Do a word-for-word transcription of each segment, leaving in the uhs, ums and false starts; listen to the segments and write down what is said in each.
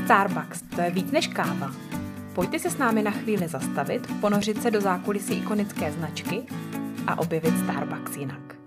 Starbucks, to je víc než káva. Pojďte se s námi na chvíli zastavit, ponořit se do zákulisí ikonické značky a objevit Starbucks jinak.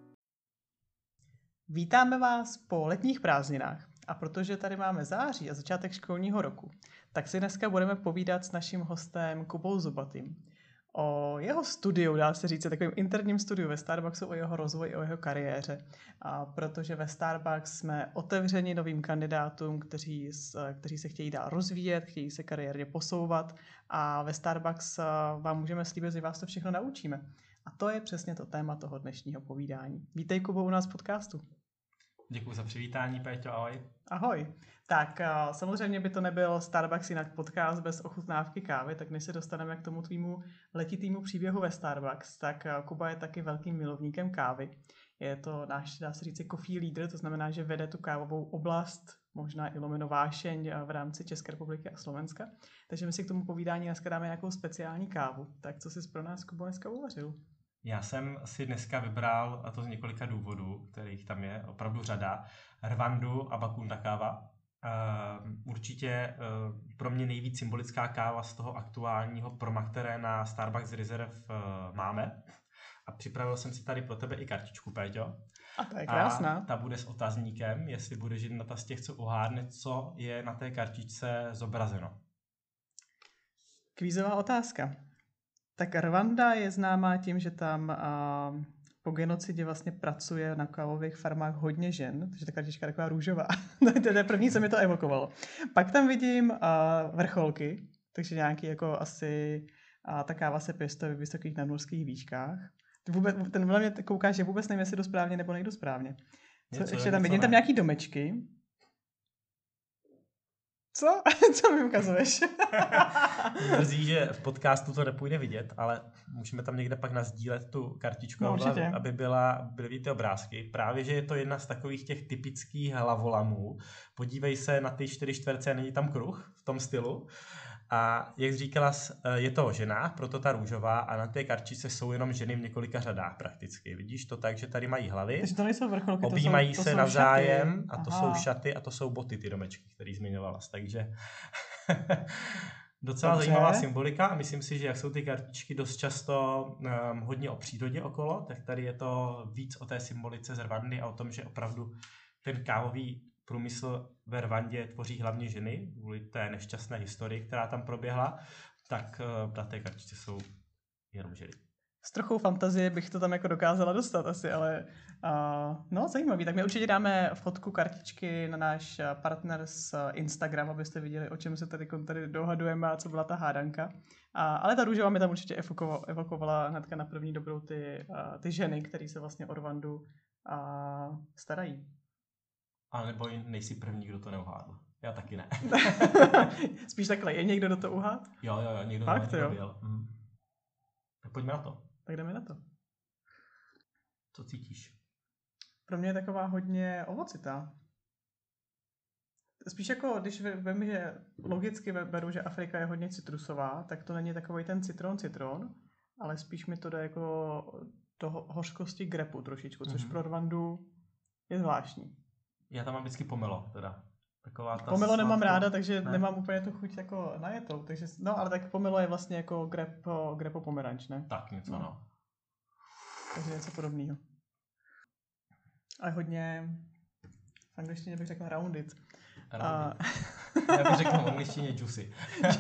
Vítáme vás po letních prázdninách a protože tady máme září a začátek školního roku, tak si dneska budeme povídat s naším hostem Kubou Zubatým o jeho studiu, dá se říct, takovým interním studiu ve Starbucksu, o jeho rozvoji, o jeho kariéře. A protože ve Starbucks jsme otevřeni novým kandidátům, kteří, kteří se chtějí dál rozvíjet, chtějí se kariérně posouvat a ve Starbucks vám můžeme slíbit, že vás to všechno naučíme. A to je přesně to téma toho dnešního povídání. Vítej, Kubo, u nás v podcastu. Děkuji za přivítání, Péťo, ahoj. Ahoj. Tak samozřejmě by to nebyl Starbucks jinak podcast bez ochutnávky kávy, tak než se dostaneme k tomu tvýmu letitýmu příběhu ve Starbucks, tak Kuba je taky velkým milovníkem kávy. Je to náš, dá se říct, coffee leader, to znamená, že vede tu kávovou oblast, možná i lomeno vášeň v rámci České republiky a Slovenska. Takže my si k tomu povídání dneska dáme nějakou speciální kávu. Tak co jsi pro nás, Kubo, dneska uvařil? Já jsem si dneska vybral, a to z několika důvodů, kterých tam je opravdu řada, Rwandu a Bakunda káva. Uh, určitě uh, pro mě nejvíc symbolická káva z toho aktuálního proma, které na Starbucks Reserve uh, máme. A připravil jsem si tady pro tebe i kartičku, Péťo. A to je krásná. A ta bude s otazníkem, jestli budeš jedna z těch, co uhádne, co je na té kartičce zobrazeno. Kvízová otázka. Tak Rwanda je známá tím, že tam a, po genocidě vlastně pracuje na kávových farmách hodně žen, takže ta kartička je taková růžová. To je první, co mi to evokovalo. Pak tam vidím a, vrcholky, takže nějaký jako asi a, ta káva se pěstuje v vysokých nadmořských výškách. Vůbec, ten mě kouká, že vůbec nevím, jestli jdu správně nebo nejdu správně. Co, něco, ještě tam něco vidím ne. tam nějaký domečky. Co? Co mi ukazuješ? Mrzí, že v podcastu to nepůjde vidět, ale můžeme tam někde pak nasdílet tu kartičku, no, aby, aby byla, byly ty obrázky. Právě, že je to jedna z takových těch typických hlavolamů. Podívej se na ty čtyři čtverce, není tam kruh v tom stylu. A jak říkala, je to o ženách, proto ta růžová, a na té kartičce jsou jenom ženy v několika řadách prakticky. Vidíš to tak, že tady mají hlavy, takže to nejsou vrcholky, objímají to jsou, to se jsou navzájem šaty. A to Aha. jsou šaty a to jsou boty, ty domečky, které zmiňovala. Takže docela Dobře. zajímavá symbolika a myslím si, že jak jsou ty kartičky dost často um, hodně o přírodě okolo, tak tady je to víc o té symbolice z Rwandy a o tom, že opravdu ten kávový průmysl ve Rwandě tvoří hlavně ženy, kvůli té nešťastné historii, která tam proběhla, tak uh, na té kartičce jsou jenom ženy. S trochou fantazie bych to tam jako dokázala dostat asi, ale uh, no zajímavý. Tak my určitě dáme fotku kartičky na náš partner z Instagram, abyste viděli, o čem se tady, tady dohadujeme a co byla ta hádanka. Uh, ale ta růžová mi tam určitě evokovala, evokovala hnedka na první dobrou ty, uh, ty ženy, které se vlastně o Rwandu uh, starají. A nebo nejsi první, kdo to neuhádl. Já taky ne. Spíš takhle, je někdo, kdo to uhádl? Jo, jo, jo, někdo Fakt, to jo? byl. Hm. Tak pojďme na to. Tak jdeme na to. Co cítíš? Pro mě je taková hodně ovocitá. Spíš jako, když vím, že logicky beru, že Afrika je hodně citrusová, tak to není takový ten citron citron, ale spíš mi to jde jako do hořkosti grepu trošičku, což mm-hmm. pro Rwandu je zvláštní. Já tam mám vždycky pomelo, teda. Taková ta pomelo nemám sladko... ráda, takže ne? nemám úplně tu chuť jako najetou, takže, no ale tak pomelo je vlastně jako grepo, grepo pomeranč, ne? Tak něco, no. no. Takže něco podobného. A hodně, v angličtině bych řekl rounded. A... Já bych řekl v angličtině juicy.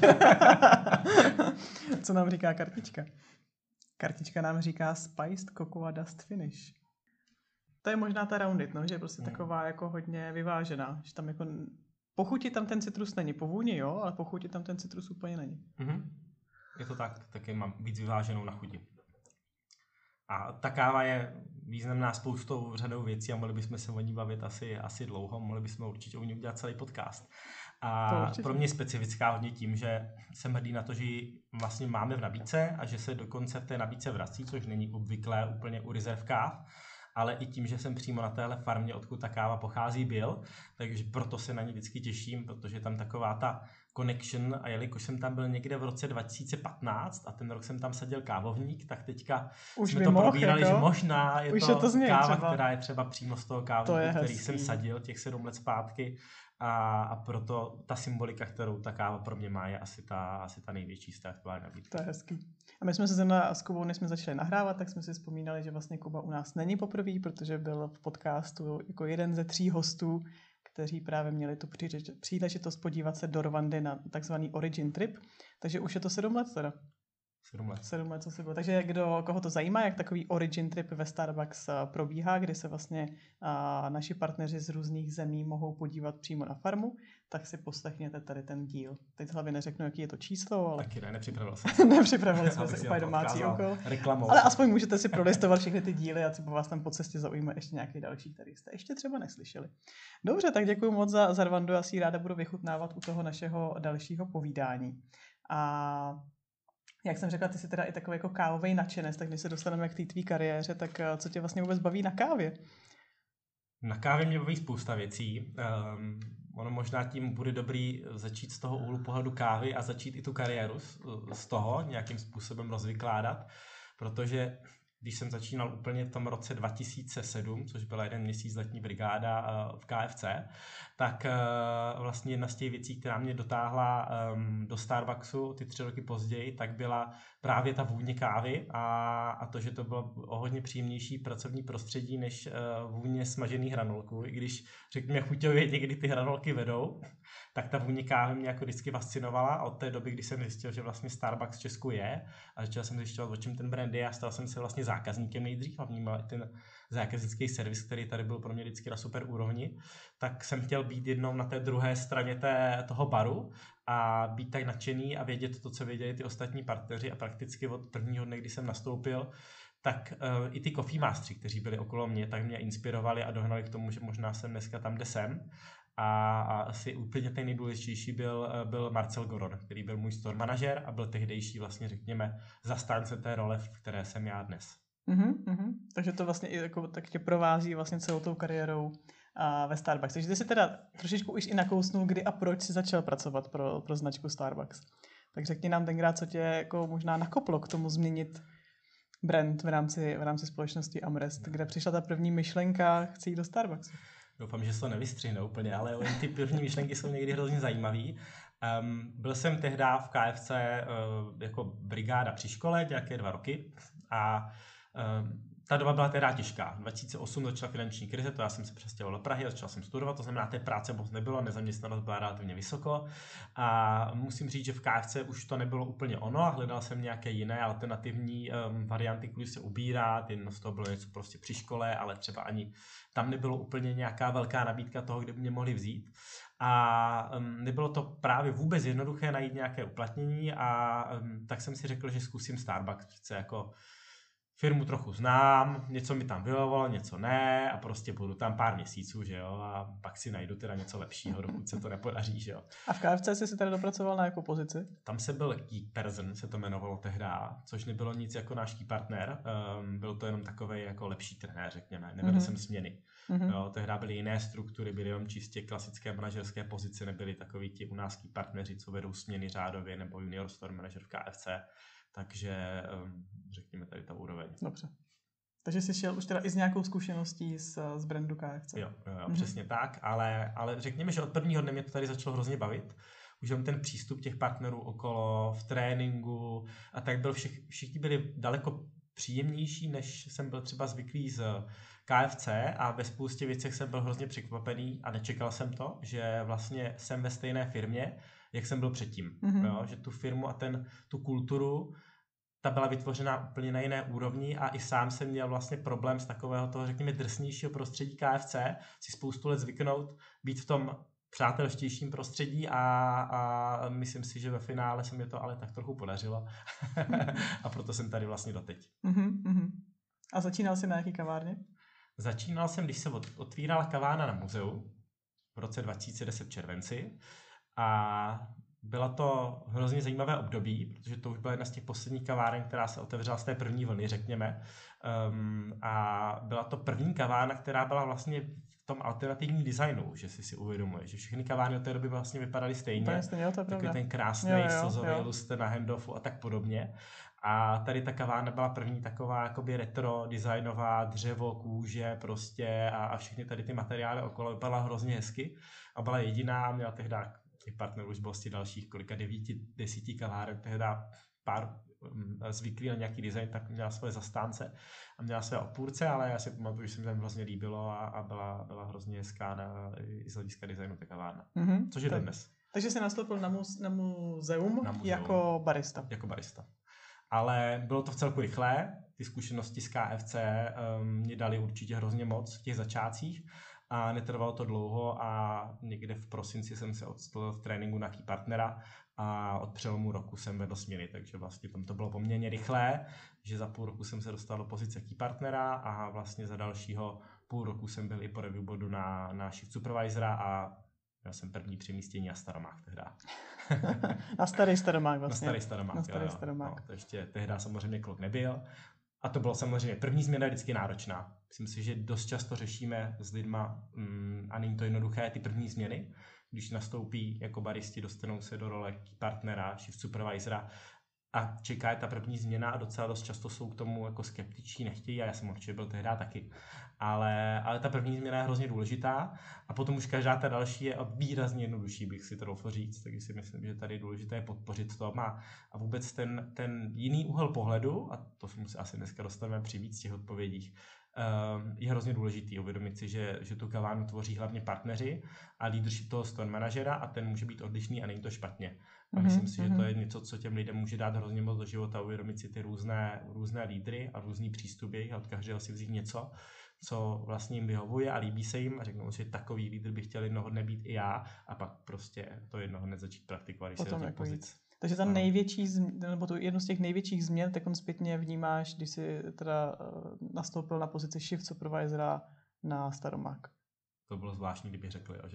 Co nám říká kartička? Kartička nám říká Spiced Cocoa Dust Finish. To je možná ta rounded, no, že je prostě mm. taková jako hodně vyvážená. Že tam jako, po chuti tam ten citrus není, po vůni jo, ale po chuti tam ten citrus úplně není. Mm-hmm. Je to tak, taky mám víc vyváženou na chuti. A ta káva je významná spoustou řadou věcí a mohli bychom se o ní bavit asi, asi dlouho, mohli bychom určitě o ní udělat celý podcast. A pro mě je specifická hodně tím, že jsem hrdý na to, že ji vlastně máme v nabídce a že se dokonce v té nabídce vrací, což není obvyklé úplně u Reserve káv, ale i tím, že jsem přímo na téhle farmě, odkud ta káva pochází, byl, takže proto se na ní vždycky těším, protože tam taková ta connection a jelikož jsem tam byl někde v roce dva tisíce patnáct a ten rok jsem tam sadil kávovník, tak teďka Už jsme to mohl, probírali, jako? že možná je Už to, je to z něj káva, třeba. která je třeba přímo z toho kávovníku, který jsem sadil těch sedm let zpátky a, a proto ta symbolika, kterou ta káva pro mě má, je asi ta, asi ta největší z té aktuální nabídky. To je hezký. A my jsme se zrovna s Kubou, než jsme začali nahrávat, tak jsme si vzpomínali, že vlastně Kuba u nás není poprvé, protože byl v podcastu jako jeden ze tří hostů, kteří právě měli tu příležitost podívat se do Rwandy na takzvaný Origin Trip. Takže už je to sedm let teda. Sedm let. Sedm let, co si bylo. Takže kdo, koho to zajímá, jak takový Origin Trip ve Starbucks probíhá, kdy se vlastně a, naši partneři z různých zemí mohou podívat přímo na farmu, tak si poslechněte tady ten díl. Teď hlavně neřeknu, jaký je to číslo, ale... Taky ne, nepřipravil jsem. Nepřipravili jsme si úplně domácí úkol. Reklamou. Ale aspoň můžete si prolistovat všechny ty díly a třeba vás tam po cestě zaujme ještě nějaký další, který jste ještě třeba neslyšeli. Dobře, tak děkuji moc za, za Rwandu, já si ji ráda budu vychutnávat u toho našeho dalšího povídání. A jak jsem řekla, ty jsi teda i takový jako kávovej nadšenec, tak když se dostaneme k té tvý kariéře, tak co tě vlastně vůbec baví na kávě? Na kávě mě baví spousta věcí. Um, ono možná tím bude dobrý začít z toho úhlu pohledu kávy a začít i tu kariéru z, z toho nějakým způsobem rozvykládat, protože když jsem začínal úplně v tom roce dva tisíce sedm, což byla jeden měsíc letní brigáda v K F C, tak vlastně jedna z těch věcí, která mě dotáhla do Starbucksu ty tři roky později, tak byla právě ta vůně kávy a, a to, že to bylo o hodně příjemnější pracovní prostředí než vůně smažených hranolků. I když řekněme chuťově někdy ty hranolky vedou, tak ta vůně kávy mě jako vždycky fascinovala a od té doby, kdy jsem zjistil, že vlastně Starbucks v Česku je a začal jsem zjišťovat, o čem ten brand je a stal jsem se vlastně zákazníkem nejdřív a vnímal ten zákaznický servis, který tady byl pro mě vždycky na super úrovni, tak jsem chtěl být jednou na té druhé straně té, toho baru a být tak nadšený a vědět to, co věděli ty ostatní partneři a prakticky od prvního dne, kdy jsem nastoupil, tak uh, i ty coffee mastery, kteří byli okolo mě, tak mě inspirovali a dohnali k tomu, že možná jsem dneska tam, kde jsem. A, a asi úplně ten nejdůležitější byl, byl Marcel Goron, který byl můj store manažer a byl tehdejší vlastně, řekněme, zastánce té role, v které jsem já dnes. Uh-huh, uh-huh. Takže to vlastně i jako, tak tě provází vlastně celou tou kariérou a ve Starbucks. Takže ty jsi teda trošičku už i nakousnul, kdy a proč jsi začal pracovat pro, pro značku Starbucks. Tak řekni nám tenkrát, co tě jako možná nakoplo k tomu změnit brand v rámci, v rámci společnosti Amrest, kde přišla ta první myšlenka, chci jít do Starbucksu. Doufám, že se to nevystřihne úplně, ale ty první myšlenky jsou někdy hrozně zajímavý. Um, byl jsem tehdy v K F C uh, jako brigáda při škole, nějaké dva roky a um, ta doba byla teda těžká. dva tisíce osm začala finanční krize, to já jsem se přestěhoval do Prahy, začal jsem studovat, to znamená, té práce moc nebylo, nezaměstnanost byla relativně vysoko a musím říct, že v K F C už to nebylo úplně ono a hledal jsem nějaké jiné alternativní um, varianty, kudy se ubírat, jedno z toho bylo něco prostě při škole, ale třeba ani tam nebylo úplně nějaká velká nabídka toho, kde by mě mohli vzít. A um, nebylo to právě vůbec jednoduché najít nějaké uplatnění a um, tak jsem si řekl, že zkusím Starbucks, přece jako firmu trochu znám, něco mi tam vyhovovalo, něco ne a prostě budu tam pár měsíců, že jo, a pak si najdu teda něco lepšího, dokud se to nepodaří, že jo. A v K F C jsi si teda dopracoval na jakou pozici? Tam se byl key person, se to jmenovalo tehda, což nebylo nic jako náš key partner, um, byl to jenom takovej jako lepší trenér, řekněme, nebyl mm-hmm. jsem směny. Mm-hmm. Jo, tehda byly jiné struktury, byly jenom čistě klasické manažerské pozice, nebyly takový ti u nás key partneři, co vedou směny řádově, nebo junior store manager v K F C. Takže um, řekněme tady ta úroveň. Dobře. Takže jsi šel už teda i s nějakou zkušeností z, z brandu K F C. Jo, jo, jo mm-hmm. přesně tak, ale, ale řekněme, že od prvního dne mě to tady začalo hrozně bavit. Už jen ten přístup těch partnerů okolo, v tréninku a tak byl všich, všichni byli daleko příjemnější, než jsem byl třeba zvyklý z K F C a ve spoustě věcech jsem byl hrozně překvapený a nečekal jsem to, že vlastně jsem ve stejné firmě, jak jsem byl předtím. Mm-hmm. Jo? Že tu firmu a ten, tu kulturu, ta byla vytvořena úplně na jiné úrovni a i sám jsem měl vlastně problém z takového toho, řekněme, drsnějšího prostředí K F C, si spoustu let zvyknout být v tom přátelštějším prostředí a, a myslím si, že ve finále se mi to ale tak trochu podařilo a proto jsem tady vlastně doteď. Mm-hmm. A začínal jsi na jaký kavárně? Začínal jsem, když se otvírala kavárna na muzeu v roce dva tisíce deset v červenci a Byla to hrozně zajímavé období, protože to už byla jedna z těch posledních kaváren, která se otevřela z té první vlny, řekněme. Um, a byla to první kavárna, která byla vlastně v tom alternativním designu, že si si uvědomuješ, že všechny kavárny od té doby vlastně vypadaly stejně. stejně jo, to je takový pravda. ten krásný slzový lustr na handoffu a tak podobně. A tady ta kavárna byla první taková jakoby retro, designová, dřevo, kůže prostě a, a všechny tady ty materiály okolo vypadala hrozně hezky a byla jediná, měla tehdy těch partnerů už bylo z dalších kolika devíti, desíti kaváren, tehdy pár um, zvyklý na nějaký design, tak měla svoje zastánce a měla své odpůrce, ale já si pamatuju, že se mi tam hrozně líbilo a, a byla, byla hrozně hezká na, i z hlediska designu ta kavárna. Mm-hmm. Což je tak, dnes. Takže jsi nastoupil na, muz, na, muzeum na muzeum jako barista. Jako barista. Ale bylo to v celku rychlé, ty zkušenosti z K F C um, mě dali určitě hrozně moc v těch začátcích a netrvalo to dlouho a někde v prosinci jsem se odstl v tréninku na key partnera a od přelomu roku jsem vedl směny, takže vlastně tam to bylo poměrně rychlé, že za půl roku jsem se dostal do pozice key partnera a vlastně za dalšího půl roku jsem byl i po review boardu na, na shift supervisora a měl jsem první přemístění na Staromách tehda. Na starý Staromák vlastně. Na starý Staromák, na starý jo, Staromák. No, to ještě tehda samozřejmě kluk nebyl. A to bylo samozřejmě, první změna je vždycky náročná. Myslím si, že dost často řešíme s lidma, mm, a není to jednoduché, ty první změny. Když nastoupí jako baristi, dostanou se do role partnera, shift supervisora a čeká je ta první změna a docela dost často jsou k tomu jako skeptičtí, nechtějí a já jsem určitě byl tehdy taky. Ale, ale ta první změna je hrozně důležitá a potom už každá ta další je výrazně jednodušší, bych si to doufal říct, takže si myslím, že tady je důležité podpořit to a, a vůbec ten, ten jiný úhel pohledu, a to se asi dneska dostaneme při víc těch odpovědích, je hrozně důležitý uvědomit si, že, že tu kavárnu tvoří hlavně partneři a leadership toho store manažera a ten může být odlišný a není to špatně. A myslím si, že to je něco, co těm lidem může dát hrozně moc do života, uvědomit si ty různé, různé lídry a různý přístupy a od každého si vzít něco, co vlastně jim vyhovuje a líbí se jim a řeknou si, že takový lídr by chtěl jednoho dne být i já a pak prostě to jednoho dne začít praktikovat, když potom se do těch jako pozic. Takže ta největší, nebo tu jednu z těch největších změn, tak on zpětně vnímáš, když jsi teda nastoupil na pozici shift supervisora na Staromák. To bylo zvláštní, kdybych řekl, jo, že?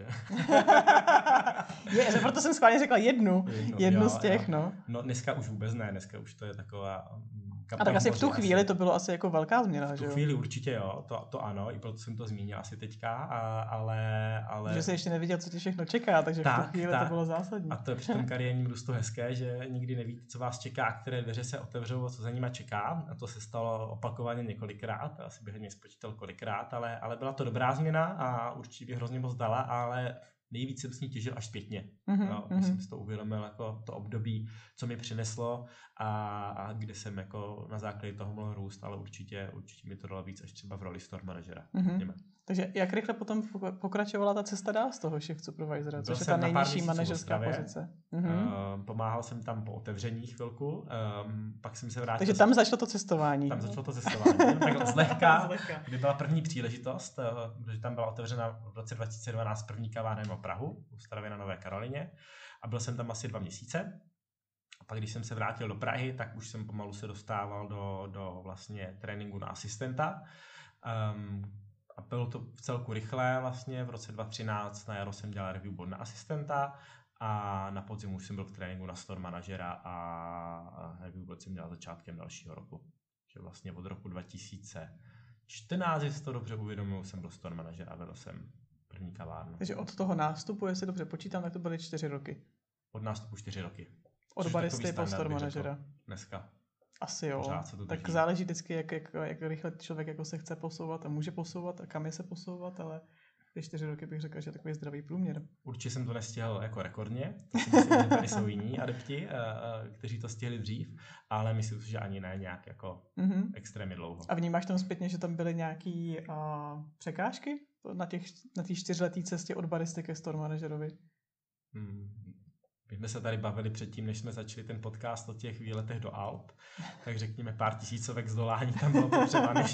Je, proto jsem schválně řekla jednu, jednu, jednu jo, z těch, jo. no. No dneska už vůbec ne, dneska už to je taková... A tak asi v tu chvíli asi, to bylo asi jako velká změna, že jo? V tu chvíli určitě jo, to, to ano, i proto jsem to zmínil asi teďka, a, ale, ale... Že jsi ještě neviděl, co tě všechno čeká, takže tak, v tu chvíli tak. To bylo zásadní. A to je při tom kariérním růstu hezké, že nikdy nevíte, co vás čeká, které dveře se otevřou a co za nima čeká. A to se stalo opakovaně několikrát, asi bych nespočítal kolikrát, ale, ale byla to dobrá změna a určitě bych hrozně moc dala, ale nejvíc jsem s ní těžil až zpětně. Mm-hmm, no, mm-hmm. Jsem si to uvědomil jako to období, co mi přineslo a, a kde jsem jako na základě toho mohl růst, ale určitě, určitě mi to dalo víc až třeba v roli store manažera. Mm-hmm. Takže jak rychle potom pokračovala ta cesta dál z toho shift supervisora, což je ta nejnižší manažerská pozice? Mm-hmm. Pomáhal jsem tam po otevření chvilku, um, pak jsem se vrátil. Takže tam začalo to cestování. Tam začalo to cestování, takhle zlehka, kdy byla první příležitost, protože tam byla otevřena v roce dva tisíce dvanáct první kavárna v Prahu, v Starově na Nové Karolině a byl jsem tam asi dva měsíce. A pak, když jsem se vrátil do Prahy, tak už jsem pomalu se dostával do, do vlastně tréninku na asistenta. Um, a bylo to v celku rychlé vlastně, v roce dva tisíce třináct na jaro jsem dělal review board na asistenta a na podzim už jsem byl v tréninku na store manažera a review board jsem dělal začátkem dalšího roku. Že vlastně od roku dva tisíce čtrnáct, jestli to dobře uvědomuji, jsem byl store manažer a vedl jsem první kavárnu. Takže od toho nástupu, jestli dobře počítám, tak to byly čtyři roky. Od nástupu čtyři roky. Od baristy po store manažera. Dneska. Asi jo. Tak záleží vždycky, jak, jak, jak rychle člověk jako se chce posouvat a může posouvat a kam je se posouvat, ale ty čtyři roky bych řekl, že je takový zdravý průměr. Určitě jsem to nestihl jako rekordně. To si myslím, že tady jsou jiní adepti, kteří to stihli dřív, ale myslím si, že ani ne nějak jako mm-hmm. extrémně dlouho. A vnímáš tam zpětně, že tam byly nějaké uh, překážky na těch na té čtyřleté cestě od baristy ke store manažerovi? Hmm. My jsme se tady bavili předtím, než jsme začali ten podcast o těch výletech do Alp, tak řekněme pár tisícovek zdolání tam bylo potřeba, než,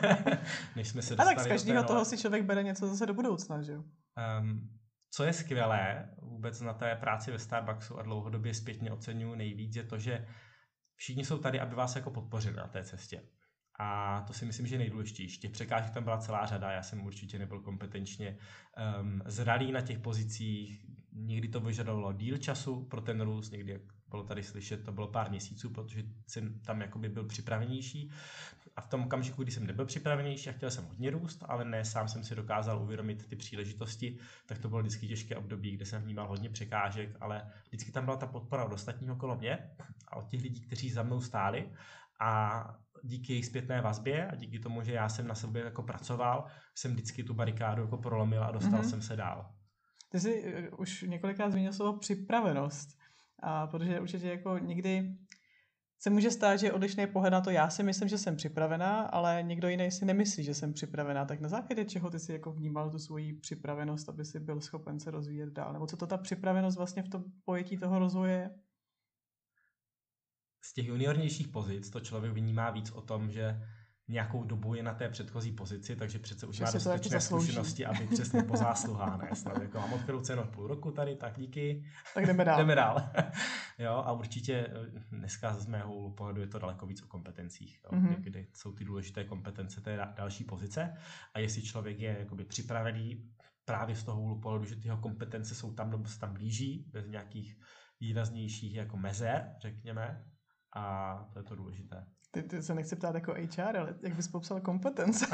než jsme se dostali. A tak z každého do toho si člověk bere něco zase do budoucna, že jo? Um, co je skvělé vůbec na té práci ve Starbucksu a dlouhodobě zpětně oceňuji nejvíc, je to, že všichni jsou tady, aby vás jako podpořili na té cestě. A to si myslím, že je nejdůležitější. Těch překážek tam byla celá řada, já jsem určitě nebyl kompetenčně um, zralý na těch pozicích, někdy to vyžadovalo díl času pro ten růst, někdy, jak bylo tady slyšet, to bylo pár měsíců, protože jsem tam jakoby byl připravenější. A v tom okamžiku, kdy jsem nebyl připravenější a chtěl jsem hodně růst, ale ne sám jsem si dokázal uvědomit ty příležitosti, tak to bylo vždycky těžké období, kde jsem vnímal hodně překážek, ale vždycky tam byla ta podpora od ostatního okolo mě a od těch lidí, kteří za mnou stáli. A díky jejich zpětné vazbě a díky tomu, že já jsem na sobě jako pracoval, jsem vždycky tu barikádu jako prolomil a dostal mm-hmm. jsem se dál. Ty jsi už několikrát zmínil slovo připravenost, a protože určitě jako někdy se může stát, že je odlišný pohled na to, já si myslím, že jsem připravená, ale někdo jiný si nemyslí, že jsem připravená. Tak na základě čeho ty si jako vnímal tu svoji připravenost, aby si byl schopen se rozvíjet dál? Nebo co to ta připravenost vlastně v tom pojetí toho rozvoje je? Z těch juniornějších pozic to člověk vnímá víc o tom, že nějakou dobu je na té předchozí pozici, takže přece už má dostatečné zkušenosti, aby přesně po zásluhách, ne? Snad jako mám odkryl cenu půl roku tady, tak díky. Tak jdeme dál. jdeme dál. Jo, a určitě dneska z mého úhlu pohledu je to daleko víc o kompetencích, jo, mm-hmm. kde jsou ty důležité kompetence té další pozice. A jestli člověk je jakoby připravený právě z toho úhlu pohledu, že ty jeho kompetence jsou tam, nebo se tam blíží, bez nějakých výraznějších jako mezer, řekněme, a to je to důležité. Ty, ty se nechci ptát jako H R, ale jak bys popsal kompetence?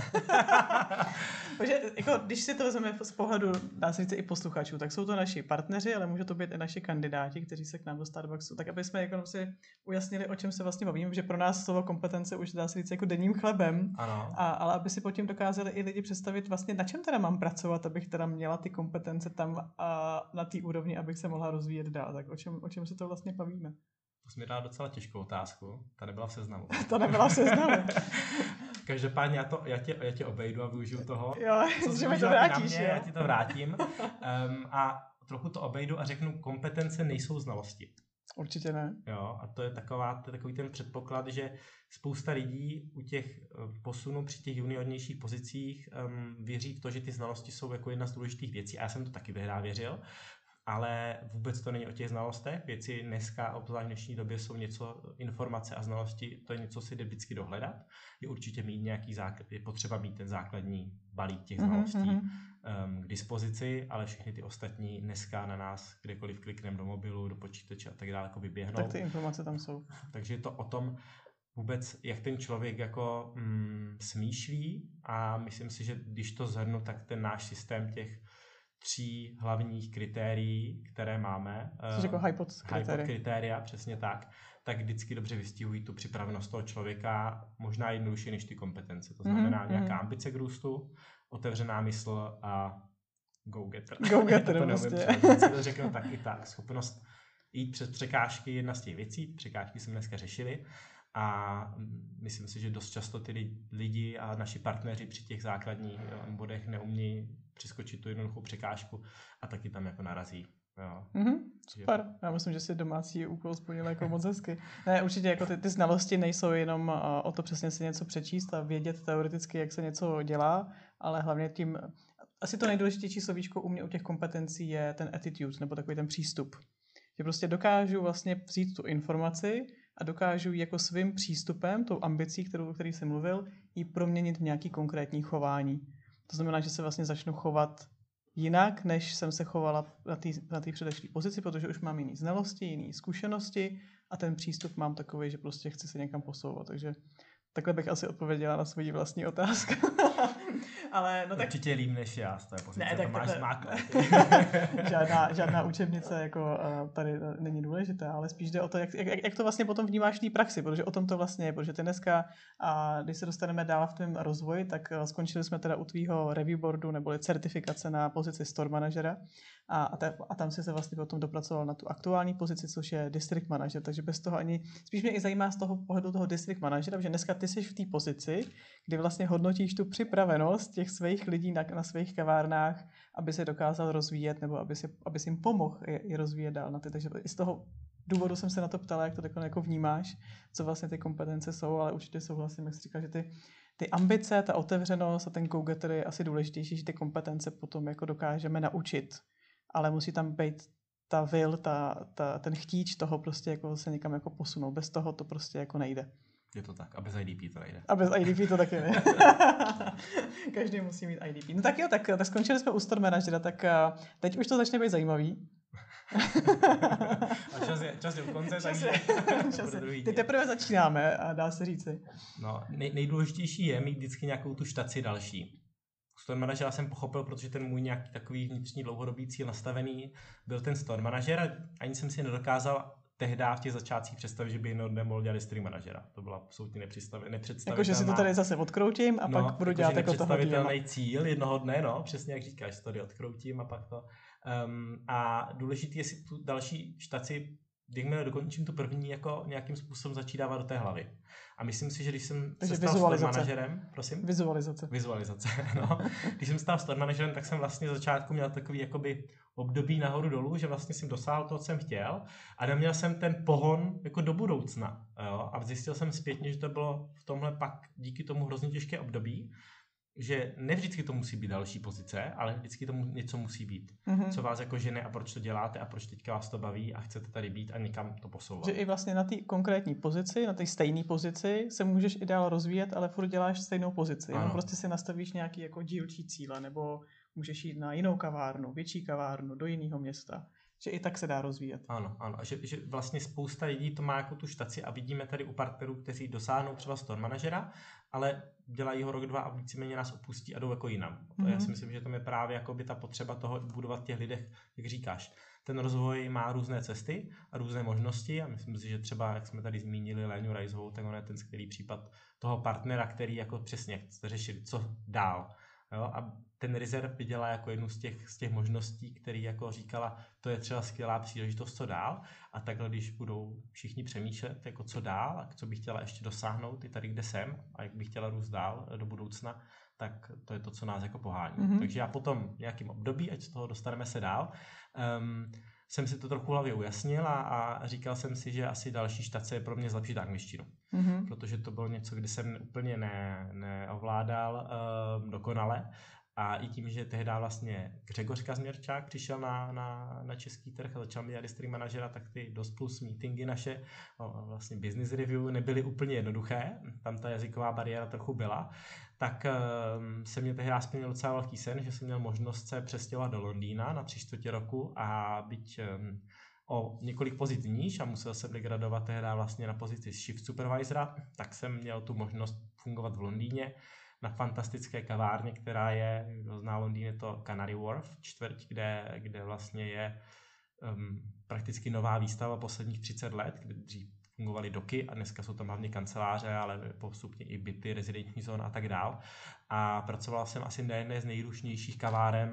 Takže jako, když si to vezmeme z pohledu, dá se říct i posluchačů, tak jsou to naši partneři, ale může to být i naši kandidáti, kteří se k nám do Starbucksu. Tak aby jsme jako si ujasnili, o čem se vlastně bavíme, že pro nás slovo kompetence už dá se říct jako denním chlebem, ano. A, ale aby si potom dokázali i lidi představit vlastně, na čem teda mám pracovat, abych teda měla ty kompetence tam a na té úrovni, abych se mohla rozvíjet dál. Tak o čem, o čem se to vlastně bavíme? To jsi mi dala docela těžkou otázku. Ta nebyla v seznamu. To nebyla v seznamu. Každopádně já, to, já, tě, já tě obejdu a využiju toho. Jo, co že mi to vrátíš. Mě, já ti to vrátím. Um, a trochu to obejdu a řeknu, kompetence nejsou znalosti. Určitě ne. Jo, a to je, taková, to je takový ten předpoklad, že spousta lidí u těch posunů při těch juniornějších pozicích um, věří v to, že ty znalosti jsou jako jedna z důležitých věcí. A já jsem to taky vyhrá věřil. Ale vůbec to není o těch znalostech. Věci dneska, obzvlášť v dnešní době, jsou něco, informace a znalosti, to je něco, si jde vždycky dohledat. Je určitě mít nějaký základ, je potřeba mít ten základní balík těch znalostí mm-hmm. um, k dispozici, ale všechny ty ostatní dneska na nás, kdekoliv klikneme do mobilu, do počítače a tak dále, jako vyběhnou. Tak ty informace tam jsou. Takže je to o tom vůbec, jak ten člověk jako mm, smýšlí a myslím si, že když to zhrnu, tak ten náš systém těch tří hlavních kritérií, které máme. Což jako hypot kritéria. Hypot kritéria, přesně tak. Tak vždycky dobře vystihují tu připravenost toho člověka, možná jednodušší než ty kompetence. To znamená mm-hmm. nějaká ambice k růstu, otevřená mysl a go-getter. Go-getter to prostě. to řeknu tak i tak. Schopnost jít přes překážky, jedna z těch věcí. Překážky jsme dneska řešili. A myslím si, že dost často ty lidi a naši partneři při těch základních bodech neumějí přeskočit tu jednoduchou překážku a taky tam jako narazí. Jo. Mm-hmm, super. Já myslím, že si domácí úkol splnil jako moc hezky. Ne, určitě jako ty, ty znalosti nejsou jenom uh, o to přesně si něco přečíst a vědět teoreticky, jak se něco dělá, ale hlavně tím, asi to nejdůležitější slovíčko u mě u těch kompetencí je ten attitude, nebo takový ten přístup. Že prostě dokážu vlastně vzít tu informaci a dokážu jako svým přístupem, tou ambicí, kterou, o který jsem mluvil, ji proměnit v nějaký konkrétní chování. To znamená, že se vlastně začnu chovat jinak, než jsem se chovala na té na té předešlé pozici, protože už mám jiné znalosti, jiné zkušenosti a ten přístup mám takový, že prostě chci se někam posouvat. Takže takhle bych asi odpověděla na svoji vlastní otázku. Ale, no tak... Určitě líp než já z té pozice, ne, tak to máš zmáknout. žádná, žádná učebnice jako tady není důležitá, ale spíš jde o to, jak, jak, jak to vlastně potom vnímáš v té praxi, protože o tom to vlastně je, protože ty dneska, a když se dostaneme dál v tom rozvoji, tak skončili jsme teda u tvýho review boardu, neboli certifikace na pozici store manažera a, a, ta, a tam si se vlastně potom dopracoval na tu aktuální pozici, což je district manager, takže bez toho ani, spíš mě i zajímá z toho pohledu toho district managera, že dneska ty jsi v té pozici, kdy vlastně hodnotíš tu připravenost těch svých lidí na, na svých kavárnách, aby se dokázal rozvíjet nebo aby si, aby si jim pomohl je, je rozvíjet dál na ty. Takže i z toho důvodu jsem se na to ptala, jak to takhle jako vnímáš, co vlastně ty kompetence jsou, ale určitě souhlasím, jak jsi říkal, že ty, ty ambice, ta otevřenost a ten go-getter je asi důležitější, že ty kompetence potom jako dokážeme naučit, ale musí tam být ta will, ta, ta, ten chtíč toho prostě jako se někam jako posunout. Bez toho to prostě jako nejde. Je to tak. A bez I D P to nejde. A bez I D P to taky ne. Každý musí mít I D P. No tak jo, tak, tak skončili jsme u store managera, tak teď už to začne být zajímavý. A čas je, čas je u konce, Čas takže je, čas je. Ty teprve začínáme, a dá se říci. No, nej, nejdůležitější je mít vždycky nějakou tu štaci další. Store manažera jsem pochopil, protože ten můj nějaký takový vnitřní dlouhodobý cíl nastavený byl ten store manažer a ani jsem si nedokázal tehdy v těch začátcích představit, že by jednoho dne mohl dělat district manažera. To byla absolutně nepředstavitelná. Jako, že si to tady zase odkroutím a no, pak budu dělat jako toho nepředstavitelný cíl jednoho dne, no, přesně jak říkáš, tady odkroutím a pak to. Um, a důležitý je si tu další štaci, když dokončím tu první, jako nějakým způsobem začít dávat do té hlavy. A myslím si, že když jsem Takže se stal store manažerem, prosím? Vizualizace. Vizualizace, no. Když jsem stal store manažerem, tak jsem vlastně z začátku měl takový jakoby období nahoru dolů, že vlastně jsem dosáhl toho, co jsem chtěl a neměl jsem ten pohon jako do budoucna. Jo? A zjistil jsem zpětně, že to bylo v tomhle pak díky tomu hrozně těžké období, že ne vždycky to musí být další pozice, ale vždycky tomu něco musí být. Mm-hmm. Co vás jako žene a proč to děláte a proč teďka vás to baví a chcete tady být a někam to posouvat. Že i vlastně na té konkrétní pozici, na té stejné pozici se můžeš i dál rozvíjet, ale furt děláš stejnou pozici. Jenom prostě si nastavíš nějaký jako dílčí cíle, nebo můžeš jít na jinou kavárnu, větší kavárnu, do jiného města. Že i tak se dá rozvíjet. Ano, ano. A že, že vlastně spousta lidí to má jako tu štaci a vidíme tady u partnerů, kteří dosáhnou třeba store manažera, ale dělají ho rok, dva a víceméně nás opustí a jdou jako jinam. Mm-hmm. Já si myslím, že to je právě jako by ta potřeba toho budovat těch lidech, jak říkáš. Ten rozvoj má různé cesty a různé možnosti a myslím si, že třeba, jak jsme tady zmínili Léňu Rajzovou, tak on je ten skvělý případ toho partnera, který jako přesně chce řešit, co dál. Jo? A ten Reserve viděla jako jednu z těch, z těch možností, který jako říkala, to je třeba skvělá příležitost, co dál. A takhle, když budou všichni přemýšlet, jako co dál a co bych chtěla ještě dosáhnout i tady, kde jsem a jak bych chtěla růst dál do budoucna, tak to je to, co nás jako pohání. Mm-hmm. Takže já potom nějakým období, ať z toho dostaneme se dál, um, jsem si to trochu v hlavě ujasnil a, a říkal jsem si, že asi další štace je pro mě zlepšit angličtinu. Mm-hmm. Protože to bylo něco, kde jsem úplně ne, neovládal um, dokonale. A i tím, že tehdy vlastně Gřegoř Kazměrčák přišel na, na, na český trh a začal dělat district manažera, tak ty Dost Plus meetingy naše, vlastně business review, nebyly úplně jednoduché. Tam ta jazyková bariéra trochu byla. Tak um, se mě tehdy splnil docela velký sen, že jsem měl možnost se přestěhovat do Londýna na tři čtvrtě roku a být um, o několik pozic níž a musel jsem degradovat tehdy vlastně na pozici shift supervisora, tak jsem měl tu možnost fungovat v Londýně na fantastické kavárně, která je, kdo zná Londýn, je to Canary Wharf, čtvrť, kde, kde vlastně je um, prakticky nová výstava posledních třicet let, kde dřív fungovaly doky a dneska jsou tam hlavně kanceláře, ale postupně i byty, rezidentní zóna a tak dál. A pracoval jsem asi na jedné z nejrušnějších kaváren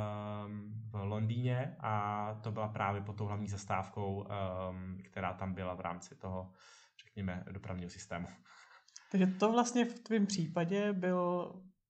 um, v Londýně a to byla právě pod tou hlavní zastávkou, um, která tam byla v rámci toho, řekněme, dopravního systému. Takže to vlastně v tvém případě byl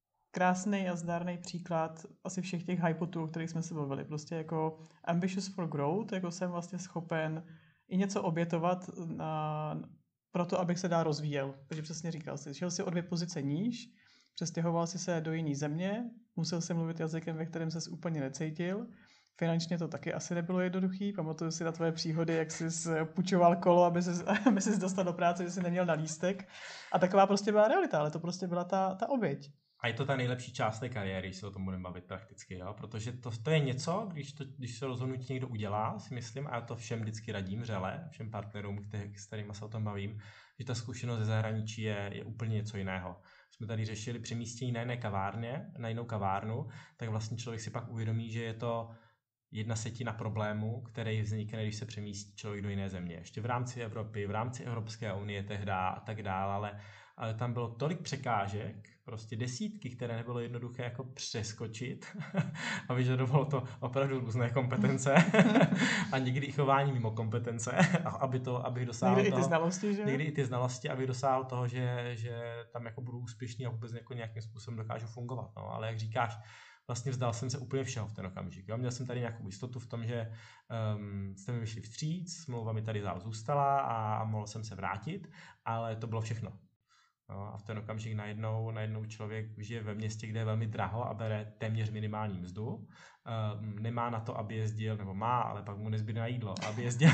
krásný a zdárný příklad asi všech těch hypotů, o kterých jsme se bavili. Prostě jako ambitious for growth, jako jsem vlastně schopen i něco obětovat na, pro to, abych se dál rozvíjel. Takže přesně říkal jsi, šel si o dvě pozice níž, přestěhoval si se do jiné země, musel si mluvit jazykem, ve kterém ses úplně necítil. Finančně to taky asi nebylo jednoduchý. Pamatuju si na tvoje příhody, jak jsi půjčoval kolo, aby jsi, aby jsi dostal do práce, že jsi neměl na lístek. A taková prostě byla realita, ale to prostě byla ta, ta oběť. A je to ta nejlepší část té kariéry, když se o tom budeme bavit prakticky, jo? Protože to, to je něco, když, to, když se rozhodnutí někdo udělá, si myslím, a já to všem vždycky radím vřele, všem partnerům, který, s kterými se o tom bavím, že ta zkušenost ze zahraničí je, je úplně něco jiného. Jsme tady řešili přemístění na jiné kavárně, na jinou kavárnu, tak vlastně člověk si pak uvědomí, že je to jedna setina problémů, který vznikne, když se přemístí člověk do jiné země. Ještě v rámci Evropy, v rámci Evropské unie tehdy a tak dále, ale, ale tam bylo tolik překážek, prostě desítky, které nebylo jednoduché jako přeskočit a vyžadovalo to opravdu různé kompetence a někdy i chování mimo kompetence, aby to, abych dosáhl někdy toho, i ty znalosti, že? Někdy i ty znalosti, abych dosáhl toho, že, že tam jako budu úspěšný a vůbec jako nějakým způsobem dokážu fungovat. No, ale jak říkáš, vlastně vzdal jsem se úplně všeho v ten okamžik. Jo? Měl jsem tady nějakou jistotu v tom, že um, jste mi vyšli vstříc, smlouva mi tady dál zůstala a, a mohl jsem se vrátit, ale to bylo všechno. No, a v ten okamžik najednou, najednou člověk žije ve městě, kde je velmi draho a bere téměř minimální mzdu. Um, nemá na to, aby jezdil, nebo má, ale pak mu nezbyde na jídlo, aby jezdil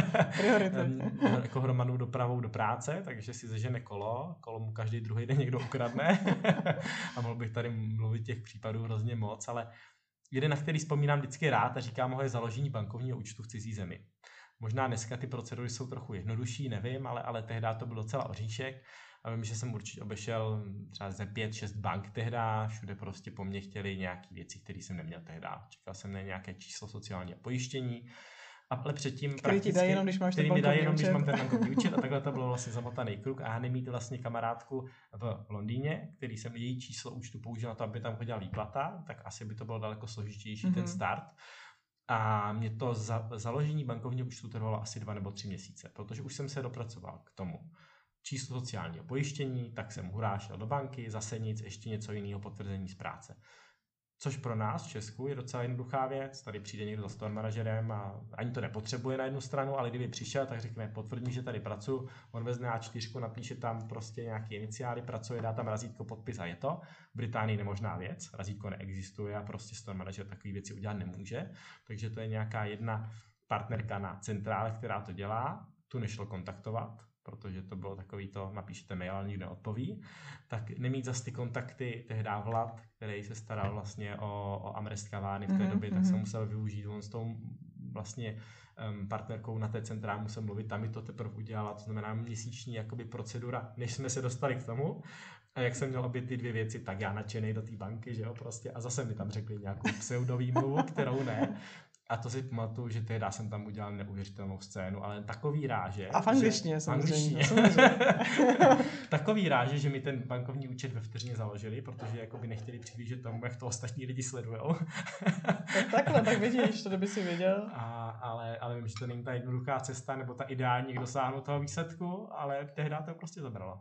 jako hromadnou dopravou do práce, takže si zežene kolo, kolo mu každý druhý den někdo ukradne a mohl bych tady mluvit těch případů hrozně moc, ale jeden, na který vzpomínám vždycky rád a říkám ho, je založení bankovního účtu v cizí zemi. Možná dneska ty procedury jsou trochu jednodušší, nevím, ale, ale tehdy to byl docela oříšek. A vím, že jsem určitě obešel třeba ze pět, šest bank tehda, všude prostě po mně chtěli nějaké věci, které jsem neměl tehda. Čekal jsem na nějaké číslo sociálního pojištění, ale předtím který prakticky, ti dají jenom, když máš který ten mi dají bankovní jenom, když účet. mám ten bankovní účet a takhle to bylo vlastně zamotaný kruh a já nemít vlastně kamarádku v Londýně, který jsem její číslo účtu použil na to, aby tam chodila výplata, tak asi by to bylo daleko složitější mm-hmm. ten start. A mě to za, založení bankovního účtu trvalo asi dva nebo tři měsíce, protože už jsem se dopracoval k tomu číslo sociálního pojištění, tak jsem hurá šel do banky, zase nic, ještě něco jiného, potvrzení z práce. Což pro nás v Česku je docela jednoduchá věc. Tady přijde někdo za store manažerem a ani to nepotřebuje na jednu stranu, ale kdyby přišel, tak řekne, potvrdí, že tady pracuji, on vezme á čtyři, napíše tam prostě nějaké iniciály, pracuje, dá tam razítko, podpis a je to. V Británii nemožná věc, razítko neexistuje a prostě store manažer takové věci udělat nemůže. Takže to je nějaká jedna partnerka na centrále, která to dělá, tu nešlo kontaktovat, protože to bylo takový to, napíšete mail, ale nikdo neodpoví, tak nemít zas ty kontakty, tehdy Vlad, který se staral vlastně o, o Amrest kavárny v té mm-hmm. době, tak jsem musel využít, on s tou vlastně um, partnerkou na té centrále musel mluvit, tam mi to teprve udělala, to znamená měsíční jakoby procedura, než jsme se dostali k tomu. A jak jsem měl obě ty dvě věci, tak já nadšenej do té banky, že jo, prostě, a zase mi tam řekli nějakou pseudovýmluvu, kterou ne. A to si pamatuju, že tehdy jsem tam udělal neuvěřitelnou scénu, ale takový ráže. A v angličtině samozřejmě. Takový ráže, že mi ten bankovní účet ve vteřině založili, protože jakoby nechtěli přihlížet tomu, jak to ostatní lidi sledujou. Tak takhle, tak vidíš, to by si věděl. A, ale, ale vím, že to není ta jednoduchá cesta, nebo ta ideální k dosáhnout toho výsledku, ale tehdy to prostě zabralo.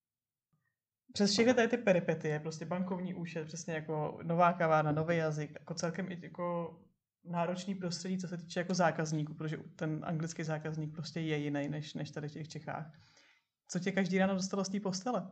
Přes všechny tady ty peripetie, prostě bankovní účet, přesně jako nová kavárna, nový jazyk, jako celkem i jako náročný prostředí, co se týče jako zákazníků, protože ten anglický zákazník prostě je jiný než, než tady v těch Čechách. Co tě každý ráno dostalo z té postele?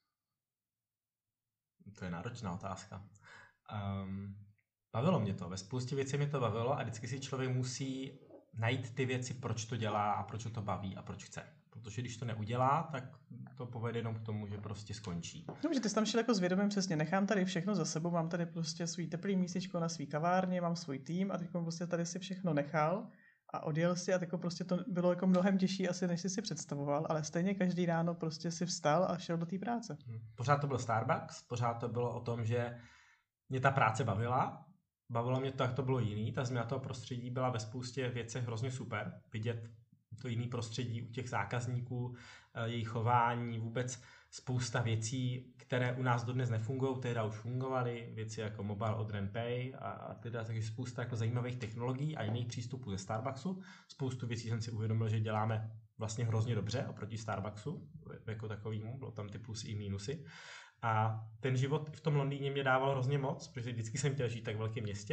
To je náročná otázka. Um, bavilo mě to, ve spoustě věcí mě to bavilo a vždycky si člověk musí najít ty věci, proč to dělá a proč to baví a proč chce. Protože když to neudělá, tak to povede jenom k tomu, že prostě skončí. No, že ty jsi tam šel jako s vědomím přesně, nechám tady všechno za sebou, mám tady prostě svůj teplý místečko na svý kavárně, mám svůj tým a teď prostě tady si všechno nechal a odjel si a teď prostě to bylo jako mnohem těžší asi, než jsi si představoval, ale stejně každý ráno prostě si vstal a šel do té práce. Pořád to byl Starbucks, pořád to bylo o tom, že mě ta práce bavila, bavilo mě to, jak to bylo jiný, ta změna toho prostředí byla ve spoustě věcech hrozně super, vidět to jiný prostředí u těch zákazníků, jejich chování, vůbec spousta věcí, které u nás dodnes nefungují, teda už fungovaly, věci jako Mobile Order and Pay a, a teda takže spousta jako zajímavých technologií a jiných přístupů ze Starbucksu. Spoustu věcí jsem si uvědomil, že děláme vlastně hrozně dobře oproti Starbucksu, jako takovýmu, bylo tam ty plusy i mínusy. A ten život v tom Londýně mě dával hrozně moc, protože vždycky jsem chtěl žít tak v velkém městě.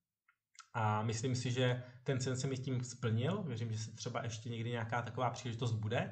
A myslím si, že ten sen se mi tím splnil. Věřím, že se třeba ještě někdy nějaká taková příležitost bude.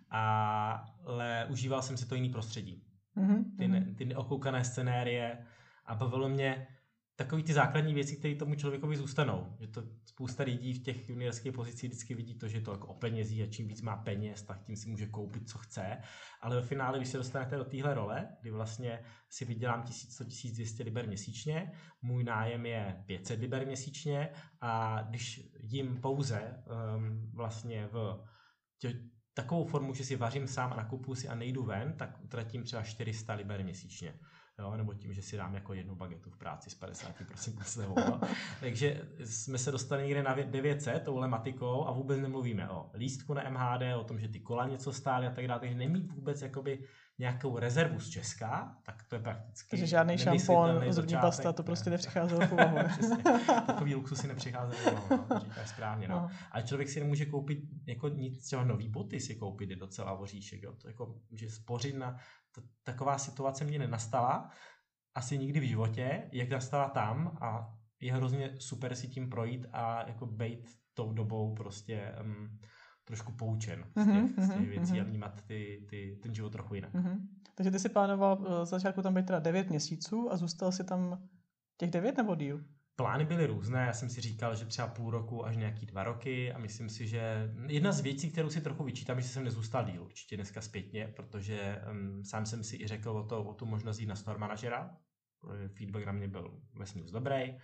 Ale užíval jsem si to jiný prostředí. Mm-hmm. Ty, ne, ty neokoukané scenérie a bavilo mě takový ty základní věci, které tomu člověkovi zůstanou. Že to spousta lidí v těch juniorských pozicích vždycky vidí to, že to jako o penězí a čím víc má peněz, tak tím si může koupit, co chce. Ale ve finále, když se dostanete do téhle role, kdy vlastně si vydělám tisíc sto tisíc dvě stě liber měsíčně, můj nájem je pět set liber měsíčně a když jim pouze um, vlastně v tě, takovou formu, že si vařím sám a nakupuju si a nejdu ven, tak utratím třeba čtyři sta liber měsíčně. Jo, nebo tím, že si dám jako jednu bagetu v práci s padesát procent slevou. No. Takže jsme se dostali někde na devět set touhle matikou a vůbec nemluvíme o lístku na M H D, o tom, že ty kola něco stály a tak dále. Takže nemít vůbec jakoby nějakou rezervu z Česka, tak to je prakticky takže žádný šampon, zubní pasta, to prostě ne. nepřicházelo v úvahu. Takový luxus si nepřichází v úvahu, no, to říkáš správně. No. Ale člověk si nemůže koupit jako nic, třeba nový boty si koupit je docela voříšek. Jo. To jako, že spořit na to, taková situace mě nenastala asi nikdy v životě, jak nastala tam a je hrozně super si tím projít a jako bejt tou dobou prostě um, trošku poučen z těch, mm-hmm, z těch věcí mm-hmm. a vnímat ty, ty, ten život trochu jinak. Mm-hmm. Takže ty si plánoval z začátku tam být teda devět měsíců a zůstal si tam těch devět nebo díl? Plány byly různé, já jsem si říkal, že třeba půl roku až nějaký dva roky a myslím si, že jedna z věcí, kterou si trochu vyčítám, že jsem nezůstal díl, určitě dneska zpětně, protože um, sám jsem si i řekl o, to, o tu možnost jít na store manažera, feedback na mě byl vesměs dobrý.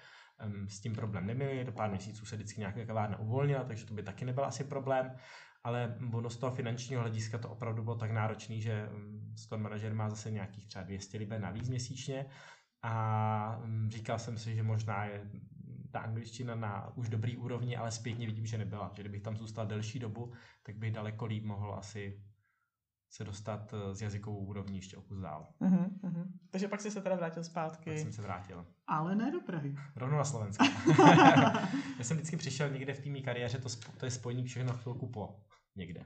um, s tím problém neměli, do pár měsíců se vždycky nějaká kavárna uvolnila, takže to by taky nebyl asi problém, ale ono z toho finančního hlediska to opravdu bylo tak náročný, že um, store manažer má zase nějakých třeba dvě stě liber navíc měsíčně a um, říkal jsem si, že možná je ta angličtina na už dobrý úrovni, ale zpětně vidím, že nebyla, že kdybych tam zůstal delší dobu, tak bych daleko líp mohl asi se dostat z jazykovou úrovní ještě o kus dál. Uh-huh, uh-huh. Takže pak jsi se teda vrátil zpátky. Tak jsem se vrátil. Ale ne do Prahy. Rovnou na Slovensko. Já jsem vždycky přišel někde v té mé kariéře, to, sp- to je spojení všechno chvilku po. Někde.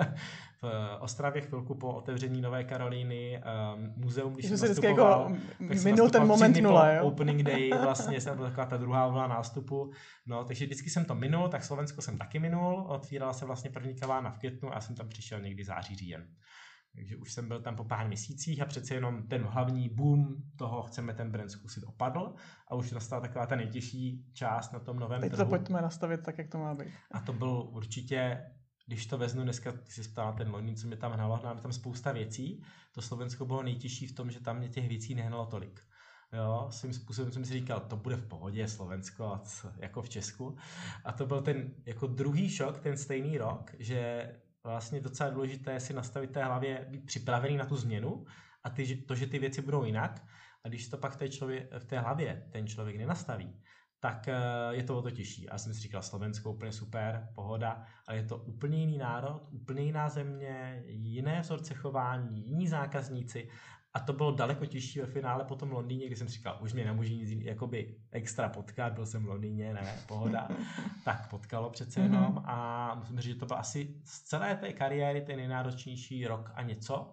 V Ostravě chvilku po otevření Nové Karolíny, um, muzeum, když jsem jsem nastupoval, jako tak jsem minul ten moment nula, jo? Opening day, vlastně jsem byl taková ta druhá vlna nástupu. No, takže vždycky jsem to minul, tak Slovensko jsem taky minul, otvírala se vlastně první kavárna v květnu a jsem tam přišel někdy září, říjen. Takže už jsem byl tam po pár měsících a přece jenom ten hlavní boom toho chceme ten brand zkusit opadl a už nastala taková ta nejtěžší část na tom novém Teď trhu. to pojďme nastavit tak, jak to má být. A to byl určitě, když to veznu dneska, ty jsi ptala ten Londýn, co mě tam hnalo, máme tam spousta věcí. To Slovensko bylo nejtěžší v tom, že tam mě těch věcí nehnalo tolik. Jo, svým způsobem jsem si říkal, to bude v pohodě, Slovensko, jako v Česku. A to byl ten jako druhý šok, ten stejný rok, že vlastně docela důležité je si nastavit v té hlavě, být připravený na tu změnu a ty, to, že ty věci budou jinak. A když to pak v té, člověk, v té hlavě ten člověk nenastaví, tak je to o to těžší. A já jsem si říkal, Slovensko úplně super, pohoda, ale je to úplně jiný národ, úplně jiná země, jiné vzorce chování, jiní zákazníci. A to bylo daleko těžší ve finále po tom Londýně, kdy jsem si říkal, už mě nemůže nic jakoby extra potkat, byl jsem v Londýně, ne, pohoda. Tak potkalo přece jenom a musím říct, že to byl asi z celé té kariéry ten nejnáročnější rok a něco.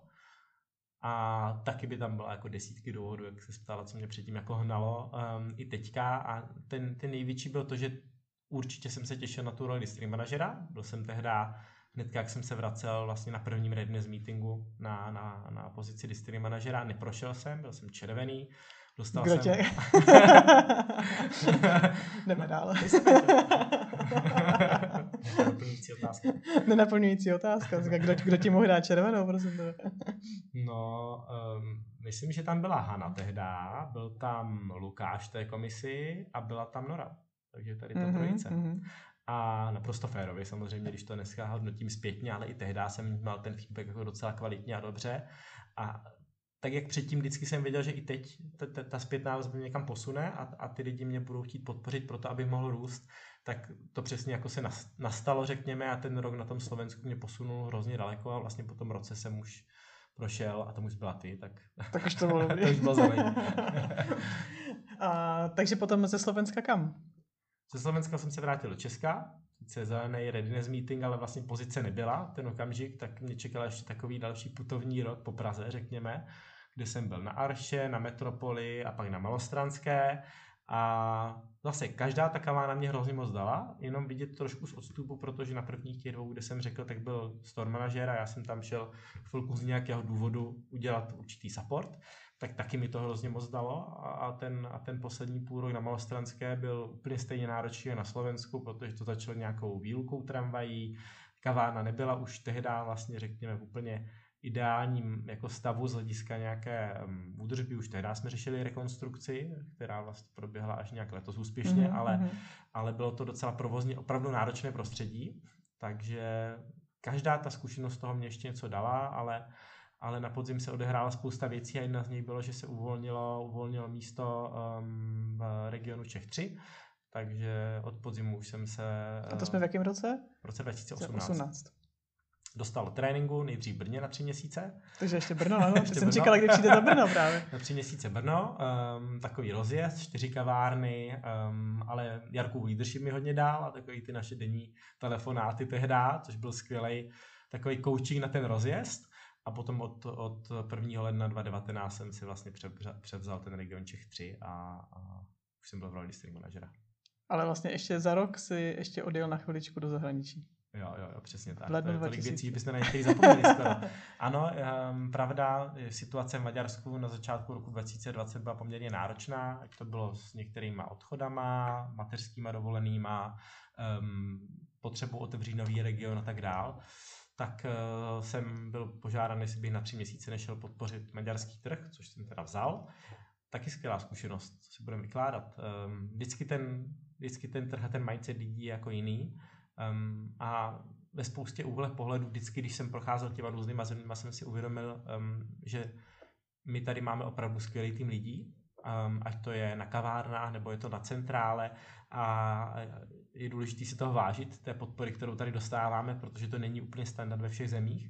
A taky by tam byla jako desítky důvodů, jak se ptala, co mě předtím jako hnalo um, i teďka. A ten, ten největší byl to, že určitě jsem se těšil na tu roli district manažera. Byl jsem tehda, hnedka jak jsem se vracel vlastně na prvním readiness meetingu na, na, na pozici district manažera. Neprošel jsem, byl jsem červený. Dostal Kdo jsem... tě? Jdeme dál. Nenaplňující otázka. Nenaplňující otázka. Kdo, kdo ti mohl dát červenou, prosím tebe? No, um, myslím, že tam byla Hana tehda, byl tam Lukáš v té komisi a byla tam Nora. Takže tady to mm-hmm, trojice. Mm-hmm. A naprosto férově samozřejmě, když to dneska hodnotím zpětně, ale i tehdy jsem měl ten feedback jako docela kvalitně a dobře. A tak jak předtím vždycky jsem věděl, že i teď ta, ta, ta zpětná vazba mě někam posune a, a ty lidi mě budou chtít podpořit pro to, aby mohl růst, tak to přesně jako se nastalo, řekněme, a ten rok na tom Slovensku mě posunul hrozně daleko a vlastně po tom roce jsem už prošel a tam už byla ty, tak, tak už to bylo dobrý. To už bylo zelený. A, takže potom ze Slovenska kam? Ze Slovenska jsem se vrátil do Česka, sice zelený readiness meeting, ale vlastně pozice nebyla ten okamžik, tak mě čekal ještě takový další putovní rok po Praze, řekněme, kde jsem byl na Arše, na Metropoli a pak na Malostranské. A zase každá ta kavárna mě hrozně moc dala, jenom vidět trošku z odstupu, protože na prvních těch dvou, kde jsem řekl, tak byl store manažer a já jsem tam šel chvilku z nějakého důvodu udělat určitý support, tak taky mi to hrozně moc dalo a ten, a ten poslední půl rok na Malostranské byl úplně stejně náročný na Slovensku, protože to začalo nějakou výlukou tramvají, kavárna nebyla už tehdy vlastně řekněme úplně ideálním jako stavu z hlediska nějaké um, údržby. Už tehdy jsme řešili rekonstrukci, která vlastně proběhla až nějak letos úspěšně, mm-hmm. ale, ale bylo to docela provozně opravdu náročné prostředí, takže každá ta zkušenost toho mě ještě něco dala, ale, ale na podzim se odehrála spousta věcí a jedna z nich bylo, že se uvolnilo, uvolnilo místo um, v regionu Čech tři, takže od podzimu už jsem se... A to jsme v jakém roce? V roce dva tisíce osmnáct. osmnáct. Dostal tréninku, nejdřív v Brně na tři měsíce. Takže ještě Brno, ano. Teď jsem čekala, kdy přijde za Brno právě. Na tři měsíce Brno, um, takový rozjezd, čtyři kavárny, um, ale Jarku leadership mi hodně dál a takový ty naše denní telefonáty tehda, což byl skvělej takový coaching na ten rozjezd. A potom od, od prvního ledna dva tisíce devatenáct jsem si vlastně převzal ten region Čech tři a, a už jsem byl v roli district manažera. Ale vlastně ještě za rok si ještě odjel na chviličku do zahraničí. Jo, jo, jo, přesně tak. To je tolik věcí, byste na některých zapomněli skoro. Ano, um, pravda, situace v Maďarsku na začátku roku dva tisíce dvacet byla poměrně náročná, ať to bylo s některýma odchodama, mateřskýma dovolenýma, um, potřebou otevřít nový region a tak dál. Tak uh, jsem byl požádán, jestli bych na tři měsíce nešel podpořit maďarský trh, což jsem teda vzal. taky skvělá zkušenost, co si budeme vykládat. Um, vždycky, ten, vždycky ten trh a ten mindset lidí je jako jiný. Um, a ve spoustě úhlech pohledu, vždycky, když jsem procházel těma různýma zeměma, jsem si uvědomil, um, že my tady máme opravdu skvělý tým lidí, um, ať to je na kavárnách, nebo je to na centrále, a je důležité si toho vážit, té podpory, kterou tady dostáváme, protože to není úplně standard ve všech zemích.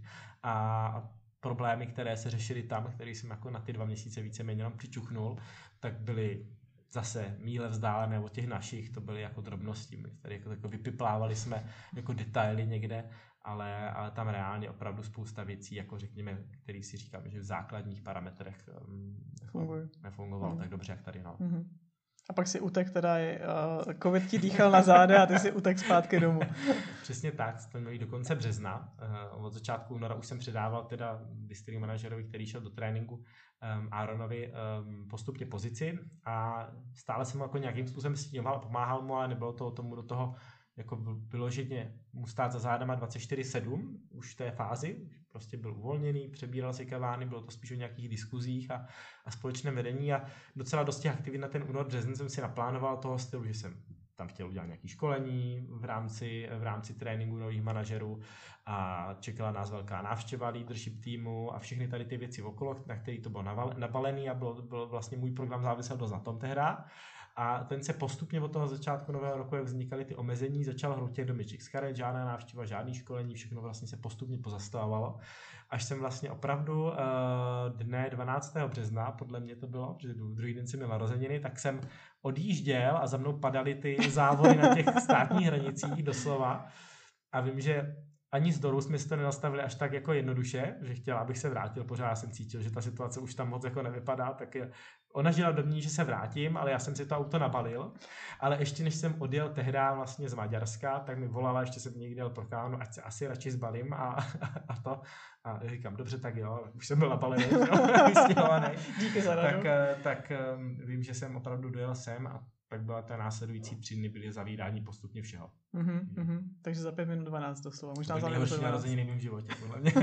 A problémy, které se řešily tam, které jsem jako na ty dva měsíce víceméně jenom přičuchnul, tak byly zase míle vzdálené od těch našich, to byly jako drobnosti. My tady jako, jako vypiplávali jsme jako detaily někde, ale, ale tam reálně opravdu spousta věcí, jako řekněme, který si říkám, že v základních parametrech um, Funguji. nefungoval mm. tak dobře, jak tady. No. Mm-hmm. A pak si utek teda, uh, covid ti dýchal na záda a ty si utek zpátky domů. Přesně tak, to měli do konce března. Uh, od začátku února už jsem předával teda district manažerovi, který šel do tréninku, um, Aaronovi um, postupně pozici a stále jsem jako nějakým způsobem stínoval, pomáhal mu, ale nebylo to tomu do toho jako vyloženě mu stát za zádama dvacet čtyři sedm už v té fázi, prostě byl uvolněný, přebíral si kavárny, bylo to spíš o nějakých diskuzích a, a společném vedení a docela dost těch aktivit na ten únor, březen jsem si naplánoval toho stylu, že jsem tam chtěl udělat nějaké školení v rámci, v rámci tréninku nových manažerů a čekala nás velká návštěva leadership týmu a všechny tady ty věci okolo, na který to bylo nabalený a byl, byl vlastně můj program závisel dost na tom tehda. A ten se postupně od toho začátku nového roku, jak vznikaly ty omezení, začal hroutět do myček z karet, žádná návštěva, žádný školení, všechno vlastně se postupně pozastávalo. Až jsem vlastně opravdu uh, dne dvanáctého března, podle mě to bylo, protože druhý den jsem měl narozeniny, tak jsem odjížděl a za mnou padaly ty závody na těch státních hranicích doslova. A vím, že ani z Doru jsme si to nenastavili až tak jako jednoduše, že chtěla, abych se vrátil, pořád jsem cítil, že ta situace už tam moc jako nevypadá, tak je, ona žila do mě, že se vrátím, ale já jsem si to auto nabalil, ale ještě než jsem odjel tehdy vlastně z Maďarska, tak mi volala, ještě jsem někdy jel pro kánu, ať se asi radši zbalím a, a to. A říkám, dobře, tak jo, už jsem byl nabalený, vystěhovaný. Díky za radu. Tak, tak vím, že jsem opravdu dojel sem a pak byla ta následující tři dny, byly zavírání postupně všeho. Mm-hmm, mm-hmm. Takže za pět minut dvanáct doslova. Možná za nejhorší narozeniny v mém životě, podle mě.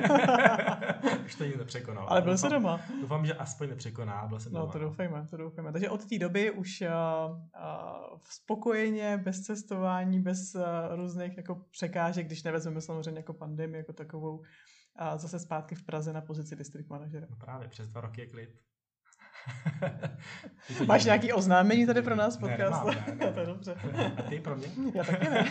Už to nic nepřekonal. Ale byl jsi doma. Doufám, že aspoň nepřekoná, byl jsem no, doma. to doufejme, to doufejme. Takže od té doby už uh, uh, spokojeně, bez cestování, bez uh, různých jako překážek, když nevezmeme samozřejmě jako pandemii jako takovou, a zase zpátky v Praze na pozici district manažera. No právě, přes dva roky je klid. Máš nějaký oznámení tady pro nás podcast? Ne, nemám, ne, ne. To je dobře. A ty pro mě? Já taky ne.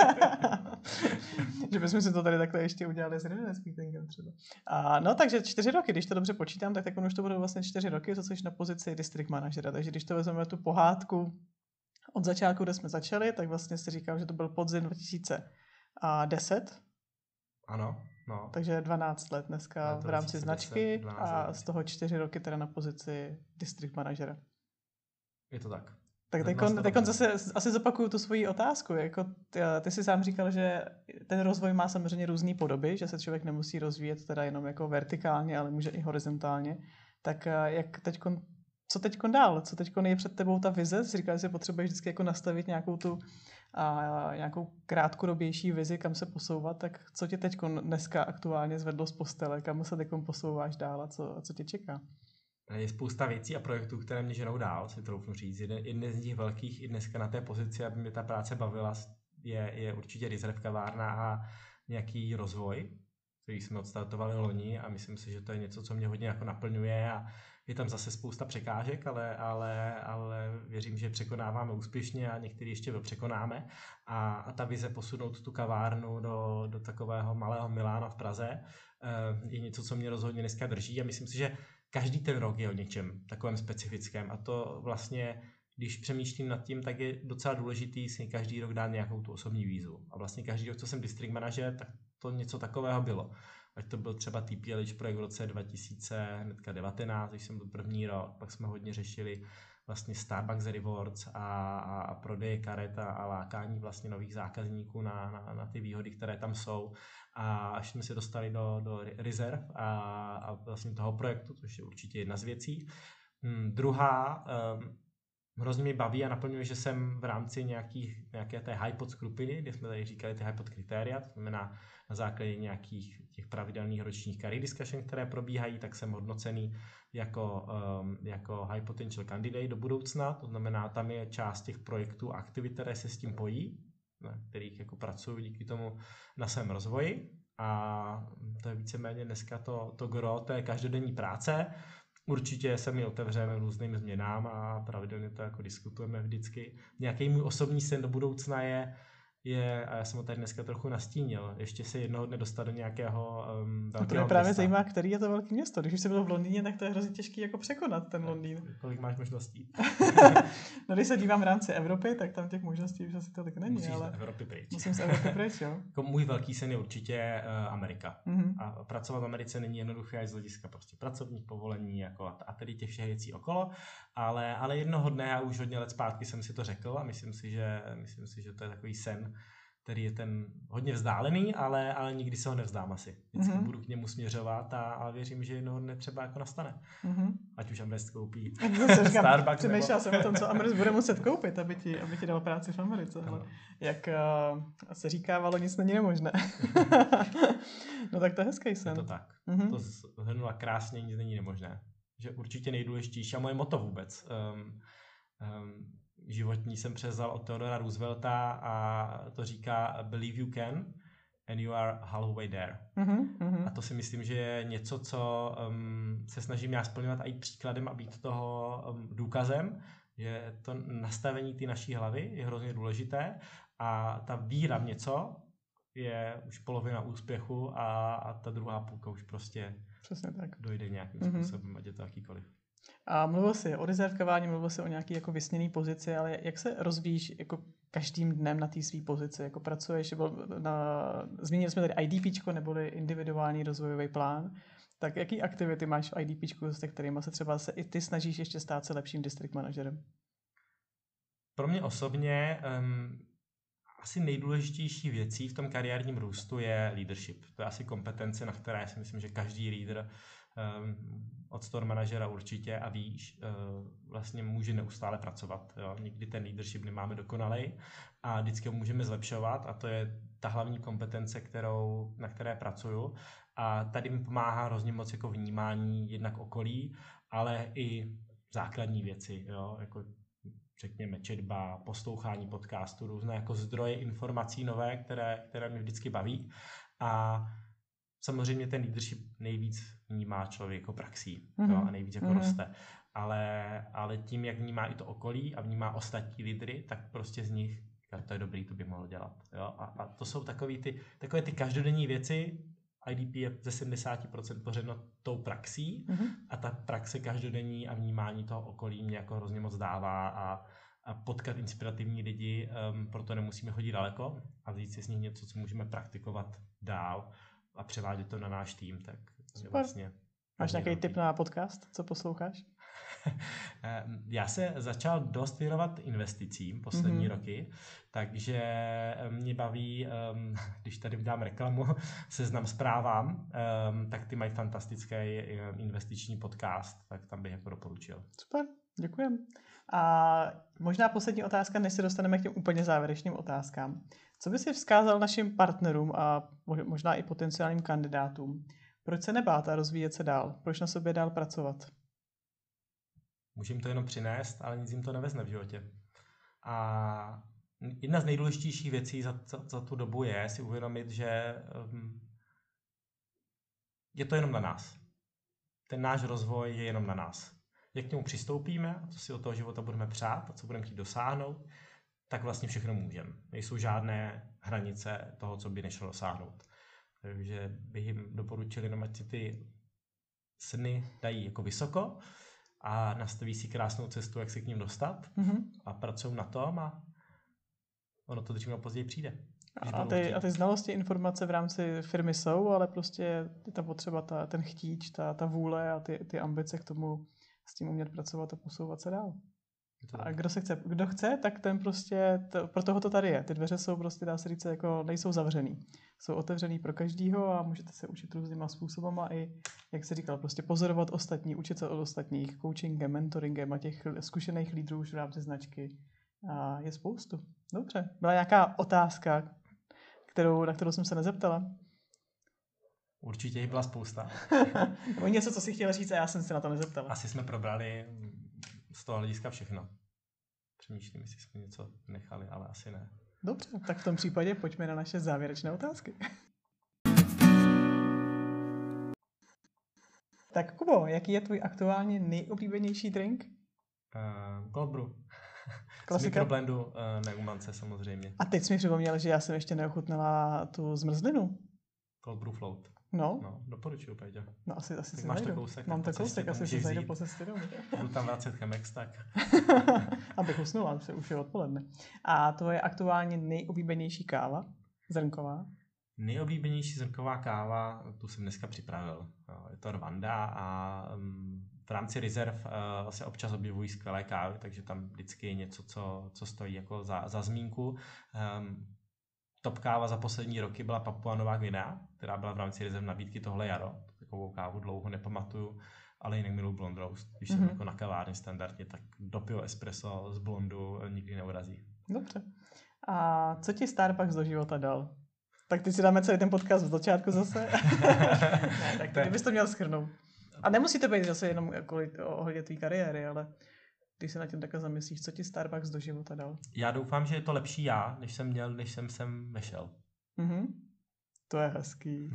Že bychom si to tady takhle ještě udělali s readiness meetingem třeba. A, no takže čtyři roky, když to dobře počítám, tak, tak už to budou vlastně čtyři roky, co jsi na pozici district manažera. Takže když to vezmeme tu pohádku od začátku, kde jsme začali, tak vlastně si říkal, že to byl podzim dva tisíce deset. Ano. No. Takže dvanáct let dneska v rámci značky a z toho čtyři roky teda na pozici district manažera. Je to tak. Tak teď zase asi zopakuju tu svoji otázku. Jako ty, ty jsi sám říkal, že ten rozvoj má samozřejmě různé podoby, že se člověk nemusí rozvíjet teda jenom jako vertikálně, ale může i horizontálně. Tak jak teďkon, co teďkon dál? Co teďkon je před tebou ta vize? Jsi říkal, že si potřebuješ vždycky jako nastavit nějakou tu a nějakou krátkodobější vizi, kam se posouvat, tak co tě teď dneska aktuálně zvedlo z postele, kam se teď posouváš dál a co, a co tě čeká? Je spousta věcí a projektů, které mě ženou dál, si troufnu říct. Jeden, jeden z nich velkých i dneska na té pozici, aby mě ta práce bavila, je, je určitě Reserve kavárna a nějaký rozvoj, který jsme odstartovali loni a myslím si, že to je něco, co mě hodně jako naplňuje a je tam zase spousta překážek, ale, ale, ale věřím, že překonáváme úspěšně a některý ještě překonáme. A, a ta vize posunout tu kavárnu do, do takového malého Milána v Praze je něco, co mě rozhodně dneska drží a myslím si, že každý ten rok je o něčem takovém specifickém a to vlastně, když přemýšlím nad tím, tak je docela důležitý si každý rok dát nějakou tu osobní výzvu. A vlastně každý rok, co jsem district manažer, tak to něco takového bylo. Ať to byl třeba T P L H projekt v roce dva tisíce devatenáct, když jsem byl první rok, pak jsme hodně řešili vlastně Starbucks Rewards a, a prodeje karet a, a lákání vlastně nových zákazníků na, na, na ty výhody, které tam jsou. A až jsme se dostali do, do Reserve a, a vlastně toho projektu, což je určitě jedna z věcí. Hmm, druhá, um, hrozně mě baví a naplňuje, že jsem v rámci nějakých, nějaké té hypod skupiny, kde jsme tady říkali ty hypod kritéria, to znamená na základě nějakých těch pravidelných ročních career discussion, které probíhají, tak jsem hodnocený jako, um, jako high potential candidate do budoucna, to znamená, tam je část těch projektů a aktivit, které se s tím pojí, na kterých jako pracuji díky tomu na svém rozvoji a to je víceméně dneska to, to gro té každodenní práce. Určitě se mi otevřeme různým změnám a pravidelně to jako diskutujeme vždycky. Nějaký můj osobní sen do budoucna je, je, a já jsem ho tady dneska trochu nastínil, ještě se jednoho dne dostat do nějakého um, velkého to mě právě města. zajímá, který je to velké město. Když už jsi byl v Londýně, tak to je hrozně těžký jako překonat ten Londýn. Kolik máš možností? No když se dívám v rámci Evropy, tak tam těch možností už asi tolik není. Musíš ale z Evropy pryč. Musím z Evropy pryč, jo. Jako můj velký sen je určitě uh, Amerika. Mm-hmm. A pracovat v Americe není jednoduché z hlediska prostě pracovních povolení jako a, a tedy těch všech věcí okolo, ale, ale jednoho dne, a už hodně let zpátky jsem si to řekl a myslím si, že, myslím si, že to je takový sen, který je ten hodně vzdálený, ale, ale nikdy se ho nevzdám asi. Vždycky mm-hmm. budu k němu směřovat a, a věřím, že jednoho dne třeba jako nastane. Mm-hmm. Ať už Amrest koupí Starbucks. Přemýšlel jsem o tom, co Amrest bude muset koupit, aby ti, aby ti dal práci v Americe. Ale jak uh, se říkávalo, nic není nemožné. No tak to je hezký sen. Je to tak. Mm-hmm. To zhrnula krásně, nic není nemožné. Že určitě nejdůležitější a moje motto vůbec. Um, um, životní jsem převzal od Theodora Roosevelta a to říká believe you can and you are halfway there. Mm-hmm. A to si myslím, že je něco, co um, se snažím já splňovat a jít příkladem a být toho um, důkazem, že to nastavení ty naší hlavy je hrozně důležité a ta víra v něco je už polovina úspěchu a, a ta druhá půlka už prostě přesně tak dojde nějakým mm-hmm. způsobem, ať je to jakýkoliv. A mluvil jsi o rezervkování, mluvil jsi o nějaké jako vysněné pozici, ale jak se rozvíjíš jako každým dnem na té své pozici? Jako pracuješ, na, zmínili jsme tady IDPčko, neboli individuální rozvojový plán. Tak jaký aktivity máš v IDPčku, se kterými se třeba se i ty snažíš ještě stát se lepším district manažerem? Pro mě osobně um, asi nejdůležitější věcí v tom kariérním růstu je leadership. To je asi kompetence, na které si myslím, že každý lídr um, od store manažera určitě a víš, uh, vlastně může neustále pracovat. Jo? Nikdy ten leadership nemáme dokonalej a vždycky ho můžeme zlepšovat a to je ta hlavní kompetence, kterou, na které pracuju. A tady mi pomáhá hrozně moc jako vnímání jednak okolí, ale i základní věci, jo? Jako řekněme četba, poslouchání podcastu, různé jako zdroje informací nové, které, které mě vždycky baví. A samozřejmě ten leadership nejvíc vnímá člověk jako praxí mm-hmm. jo, a nejvíc jako mm-hmm. roste. Ale, ale tím, jak vnímá i to okolí a vnímá ostatní lídry, tak prostě z nich, to je dobrý, to bych mohl dělat. Jo? A, a to jsou takový ty, takové ty každodenní věci. I D P je ze sedmdesát procent pořeno tou praxí mm-hmm. a ta praxe každodenní a vnímání toho okolí mě jako hrozně moc dává a, a potkat inspirativní lidi, um, proto nemusíme chodit daleko a vzít si s nich něco, co můžeme praktikovat dál a převádět to na náš tým. Tak vlastně máš nějaký tip na podcast, co posloucháš? Já se začal dost věnovat investicím poslední mm-hmm. roky, takže mě baví, um, když tady dám reklamu, Seznam Zprávám, um, tak ty mají fantastický investiční podcast, tak tam bych jako doporučil. Super, děkujem. A možná poslední otázka, než se dostaneme k těm úplně závěrečným otázkám. Co bys si vzkázal našim partnerům a možná i potenciálním kandidátům? Proč se nebát a rozvíjet se dál? Proč na sobě dál pracovat? Můžu to jenom přinést, ale nic jim to nevezne v životě. A jedna z nejdůležitějších věcí za, za, za tu dobu je si uvědomit, že um, je to jenom na nás. Ten náš rozvoj je jenom na nás. Jak k němu přistoupíme a co si od toho života budeme přát a co budeme chtít dosáhnout, tak vlastně všechno můžeme. Nejsou žádné hranice toho, co by nešlo dosáhnout. Takže bych jim doporučil jenom, ať si ty sny dají jako vysoko a nastaví si krásnou cestu, jak se k ním dostat mm-hmm. a pracují na tom a ono to dřív nebo později přijde. A ty, a ty znalosti, informace v rámci firmy jsou, ale prostě je tam potřeba ta, ten chtíč, ta, ta vůle a ty, ty ambice k tomu s tím umět pracovat a posouvat se dál. A kdo se chce, kdo chce, tak ten prostě, to, pro toho to tady je. Ty dveře jsou prostě, dá se říct, jako nejsou zavřený. Jsou otevřený pro každýho a můžete se učit různýma způsobama i, jak se říkal, prostě pozorovat ostatní, učit se od ostatních, coachingem, mentoringem a těch zkušených lídrů už v rámci značky. A je spoustu. Dobře. Byla nějaká otázka, kterou, na kterou jsem se nezeptala? Určitě jich byla spousta. Nebo něco, co si chtěla říct a já jsem se na to nezeptala. Asi jsme probrali z toho hlediska všechno. Přemýšlím, jestli jsme něco nechali, ale asi ne. Dobře, tak v tom případě pojďme na naše závěrečné otázky. Tak Kubo, jaký je tvůj aktuálně nejoblíbenější drink? Uh, Cold Brew. Klasika? Z mikroblendu uh, Neumance samozřejmě. A teď jsi mi připomněl, že já jsem ještě neochutnala tu zmrzlinu. Cold Brew Float. No. No, doporučuju, Péťo. No asi, asi tak si máš zajdu. to kousek, Mám to po cestě, kousek, to asi si můžeš zajdu vzít. po cestě domů. Budu tam vracet Chemex, tak. Abych usnula, už je, už je odpoledne. A tvoje aktuálně nejoblíbenější káva? Zrnková? Nejoblíbenější zrnková káva, tu jsem dneska připravil. Je to Rwanda a um, v rámci Reserve uh, se občas objevují skvělé kávy, takže tam vždycky je něco, co, co stojí jako za, za zmínku. Um, top káva za poslední roky byla Papua Nová Guinea, která byla v rámci Reserve nabídky tohle jaro. Takovou kávu dlouho nepamatuju, ale jinak miluji blond roast. Když jsem mm-hmm. jako na kavárně standardně, tak dopiju espresso z blondu nikdy neurazí. Dobře. A co ti Starbucks do života dal? Tak ty si dáme celý ten podcast v začátku zase. Ne, tak ty bys to měl shrnout. A nemusí to být zase jenom ohledně tvý kariéry, ale když se na tím takhle zamyslíš, co ti Starbucks do života dal? Já doufám, že je to lepší já, než jsem měl, než jsem sem vešel. Mm-hmm. To je hezký.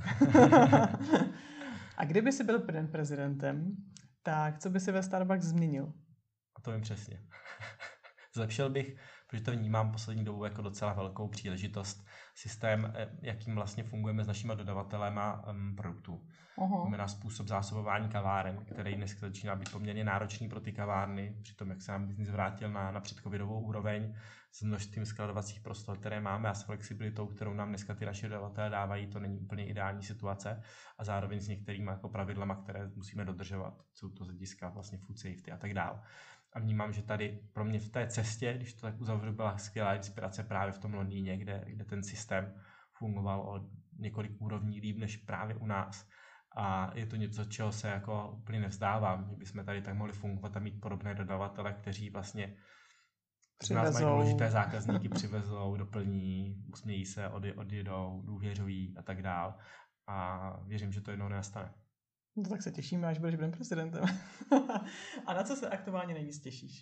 A kdyby jsi byl prezidentem, tak co by si ve Starbucks změnil? A to vím přesně. Zlepšil bych, protože to vnímám poslední dobu jako docela velkou příležitost, systém, jakým vlastně fungujeme s našimi dodavatelem a um, produktů. Znamená způsob zásobování kaváren, který dnes začíná být poměrně náročný pro ty kavárny, přitom jak se nám biznis vrátil na, na předcovidovou úroveň s množstvím skladovacích prostor, které máme a s flexibilitou, kterou nám dneska ty naše dodavatelé dávají, to není úplně ideální situace a zároveň s některými jako pravidlama, které musíme dodržovat, jsou to z hlediska vlastně food safety a tak dále. A vnímám, že tady pro mě v té cestě, když to tak uzavřu, byla skvělá inspirace právě v tom Londýně, kde, kde ten systém fungoval o několik úrovní líp než právě u nás. A je to něco, čeho se jako úplně nevzdávám, že bychom tady tak mohli fungovat a mít podobné dodavatele, kteří vlastně přivezou. Nás mají důležité zákazníky, přivezou, doplní, usmějí se, odjedou, důvěřují a tak dál. A věřím, že to jednou nenastane. No tak se těšíme, až budeš prezidentem. A na co se aktuálně nejvíc těšíš?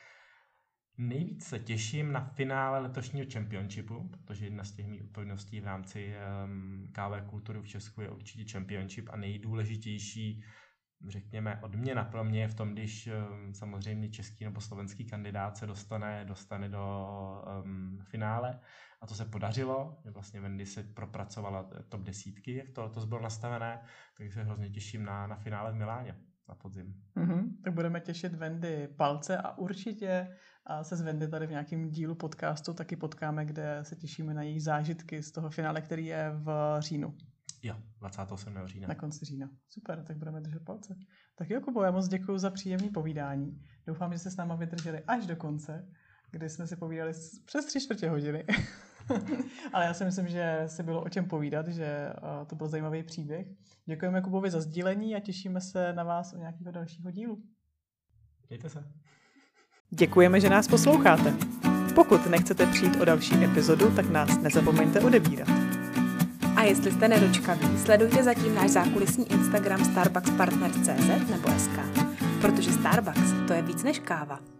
Nejvíc se těším na finále letošního Championshipu, protože jedna z těch mých odpovědností v rámci um, ká vé kultury v Česku je určitě Championship a nejdůležitější, řekněme, odměna pro mě je v tom, když um, samozřejmě český nebo slovenský kandidát se dostane, dostane do um, finále. A to se podařilo, vlastně Wendy se propracovala top desítky, jak to letos bylo nastavené, takže se hrozně těším na, na finále v Miláně na podzim. Mm-hmm, tak budeme těšit Wendy palce a určitě a se s Wendy tady v nějakém dílu podcastu taky potkáme, kde se těšíme na její zážitky z toho finále, který je v říjnu. Jo, dvacátého sedmého října. Na konci října. Super, tak budeme držet palce. Tak jo, Kubo, já moc děkuji za příjemné povídání. Doufám, že jste s náma vydrželi až do konce, kdy jsme si povídali přes tři čtvrtě hodiny. Ale já si myslím, že si bylo o čem povídat, že to byl zajímavý příběh. Děkujeme Kubovi za sdílení a těšíme se na vás u nějakého dalšího dílu. Mějte se. Děkujeme, že nás posloucháte. Pokud nechcete přijít o další epizodu, tak nás nezapomeňte odebírat. A jestli jste nedočkaví, sledujte zatím náš zákulisní Instagram Starbucks Partners tečka cé zet nebo es ká, protože Starbucks to je víc než káva.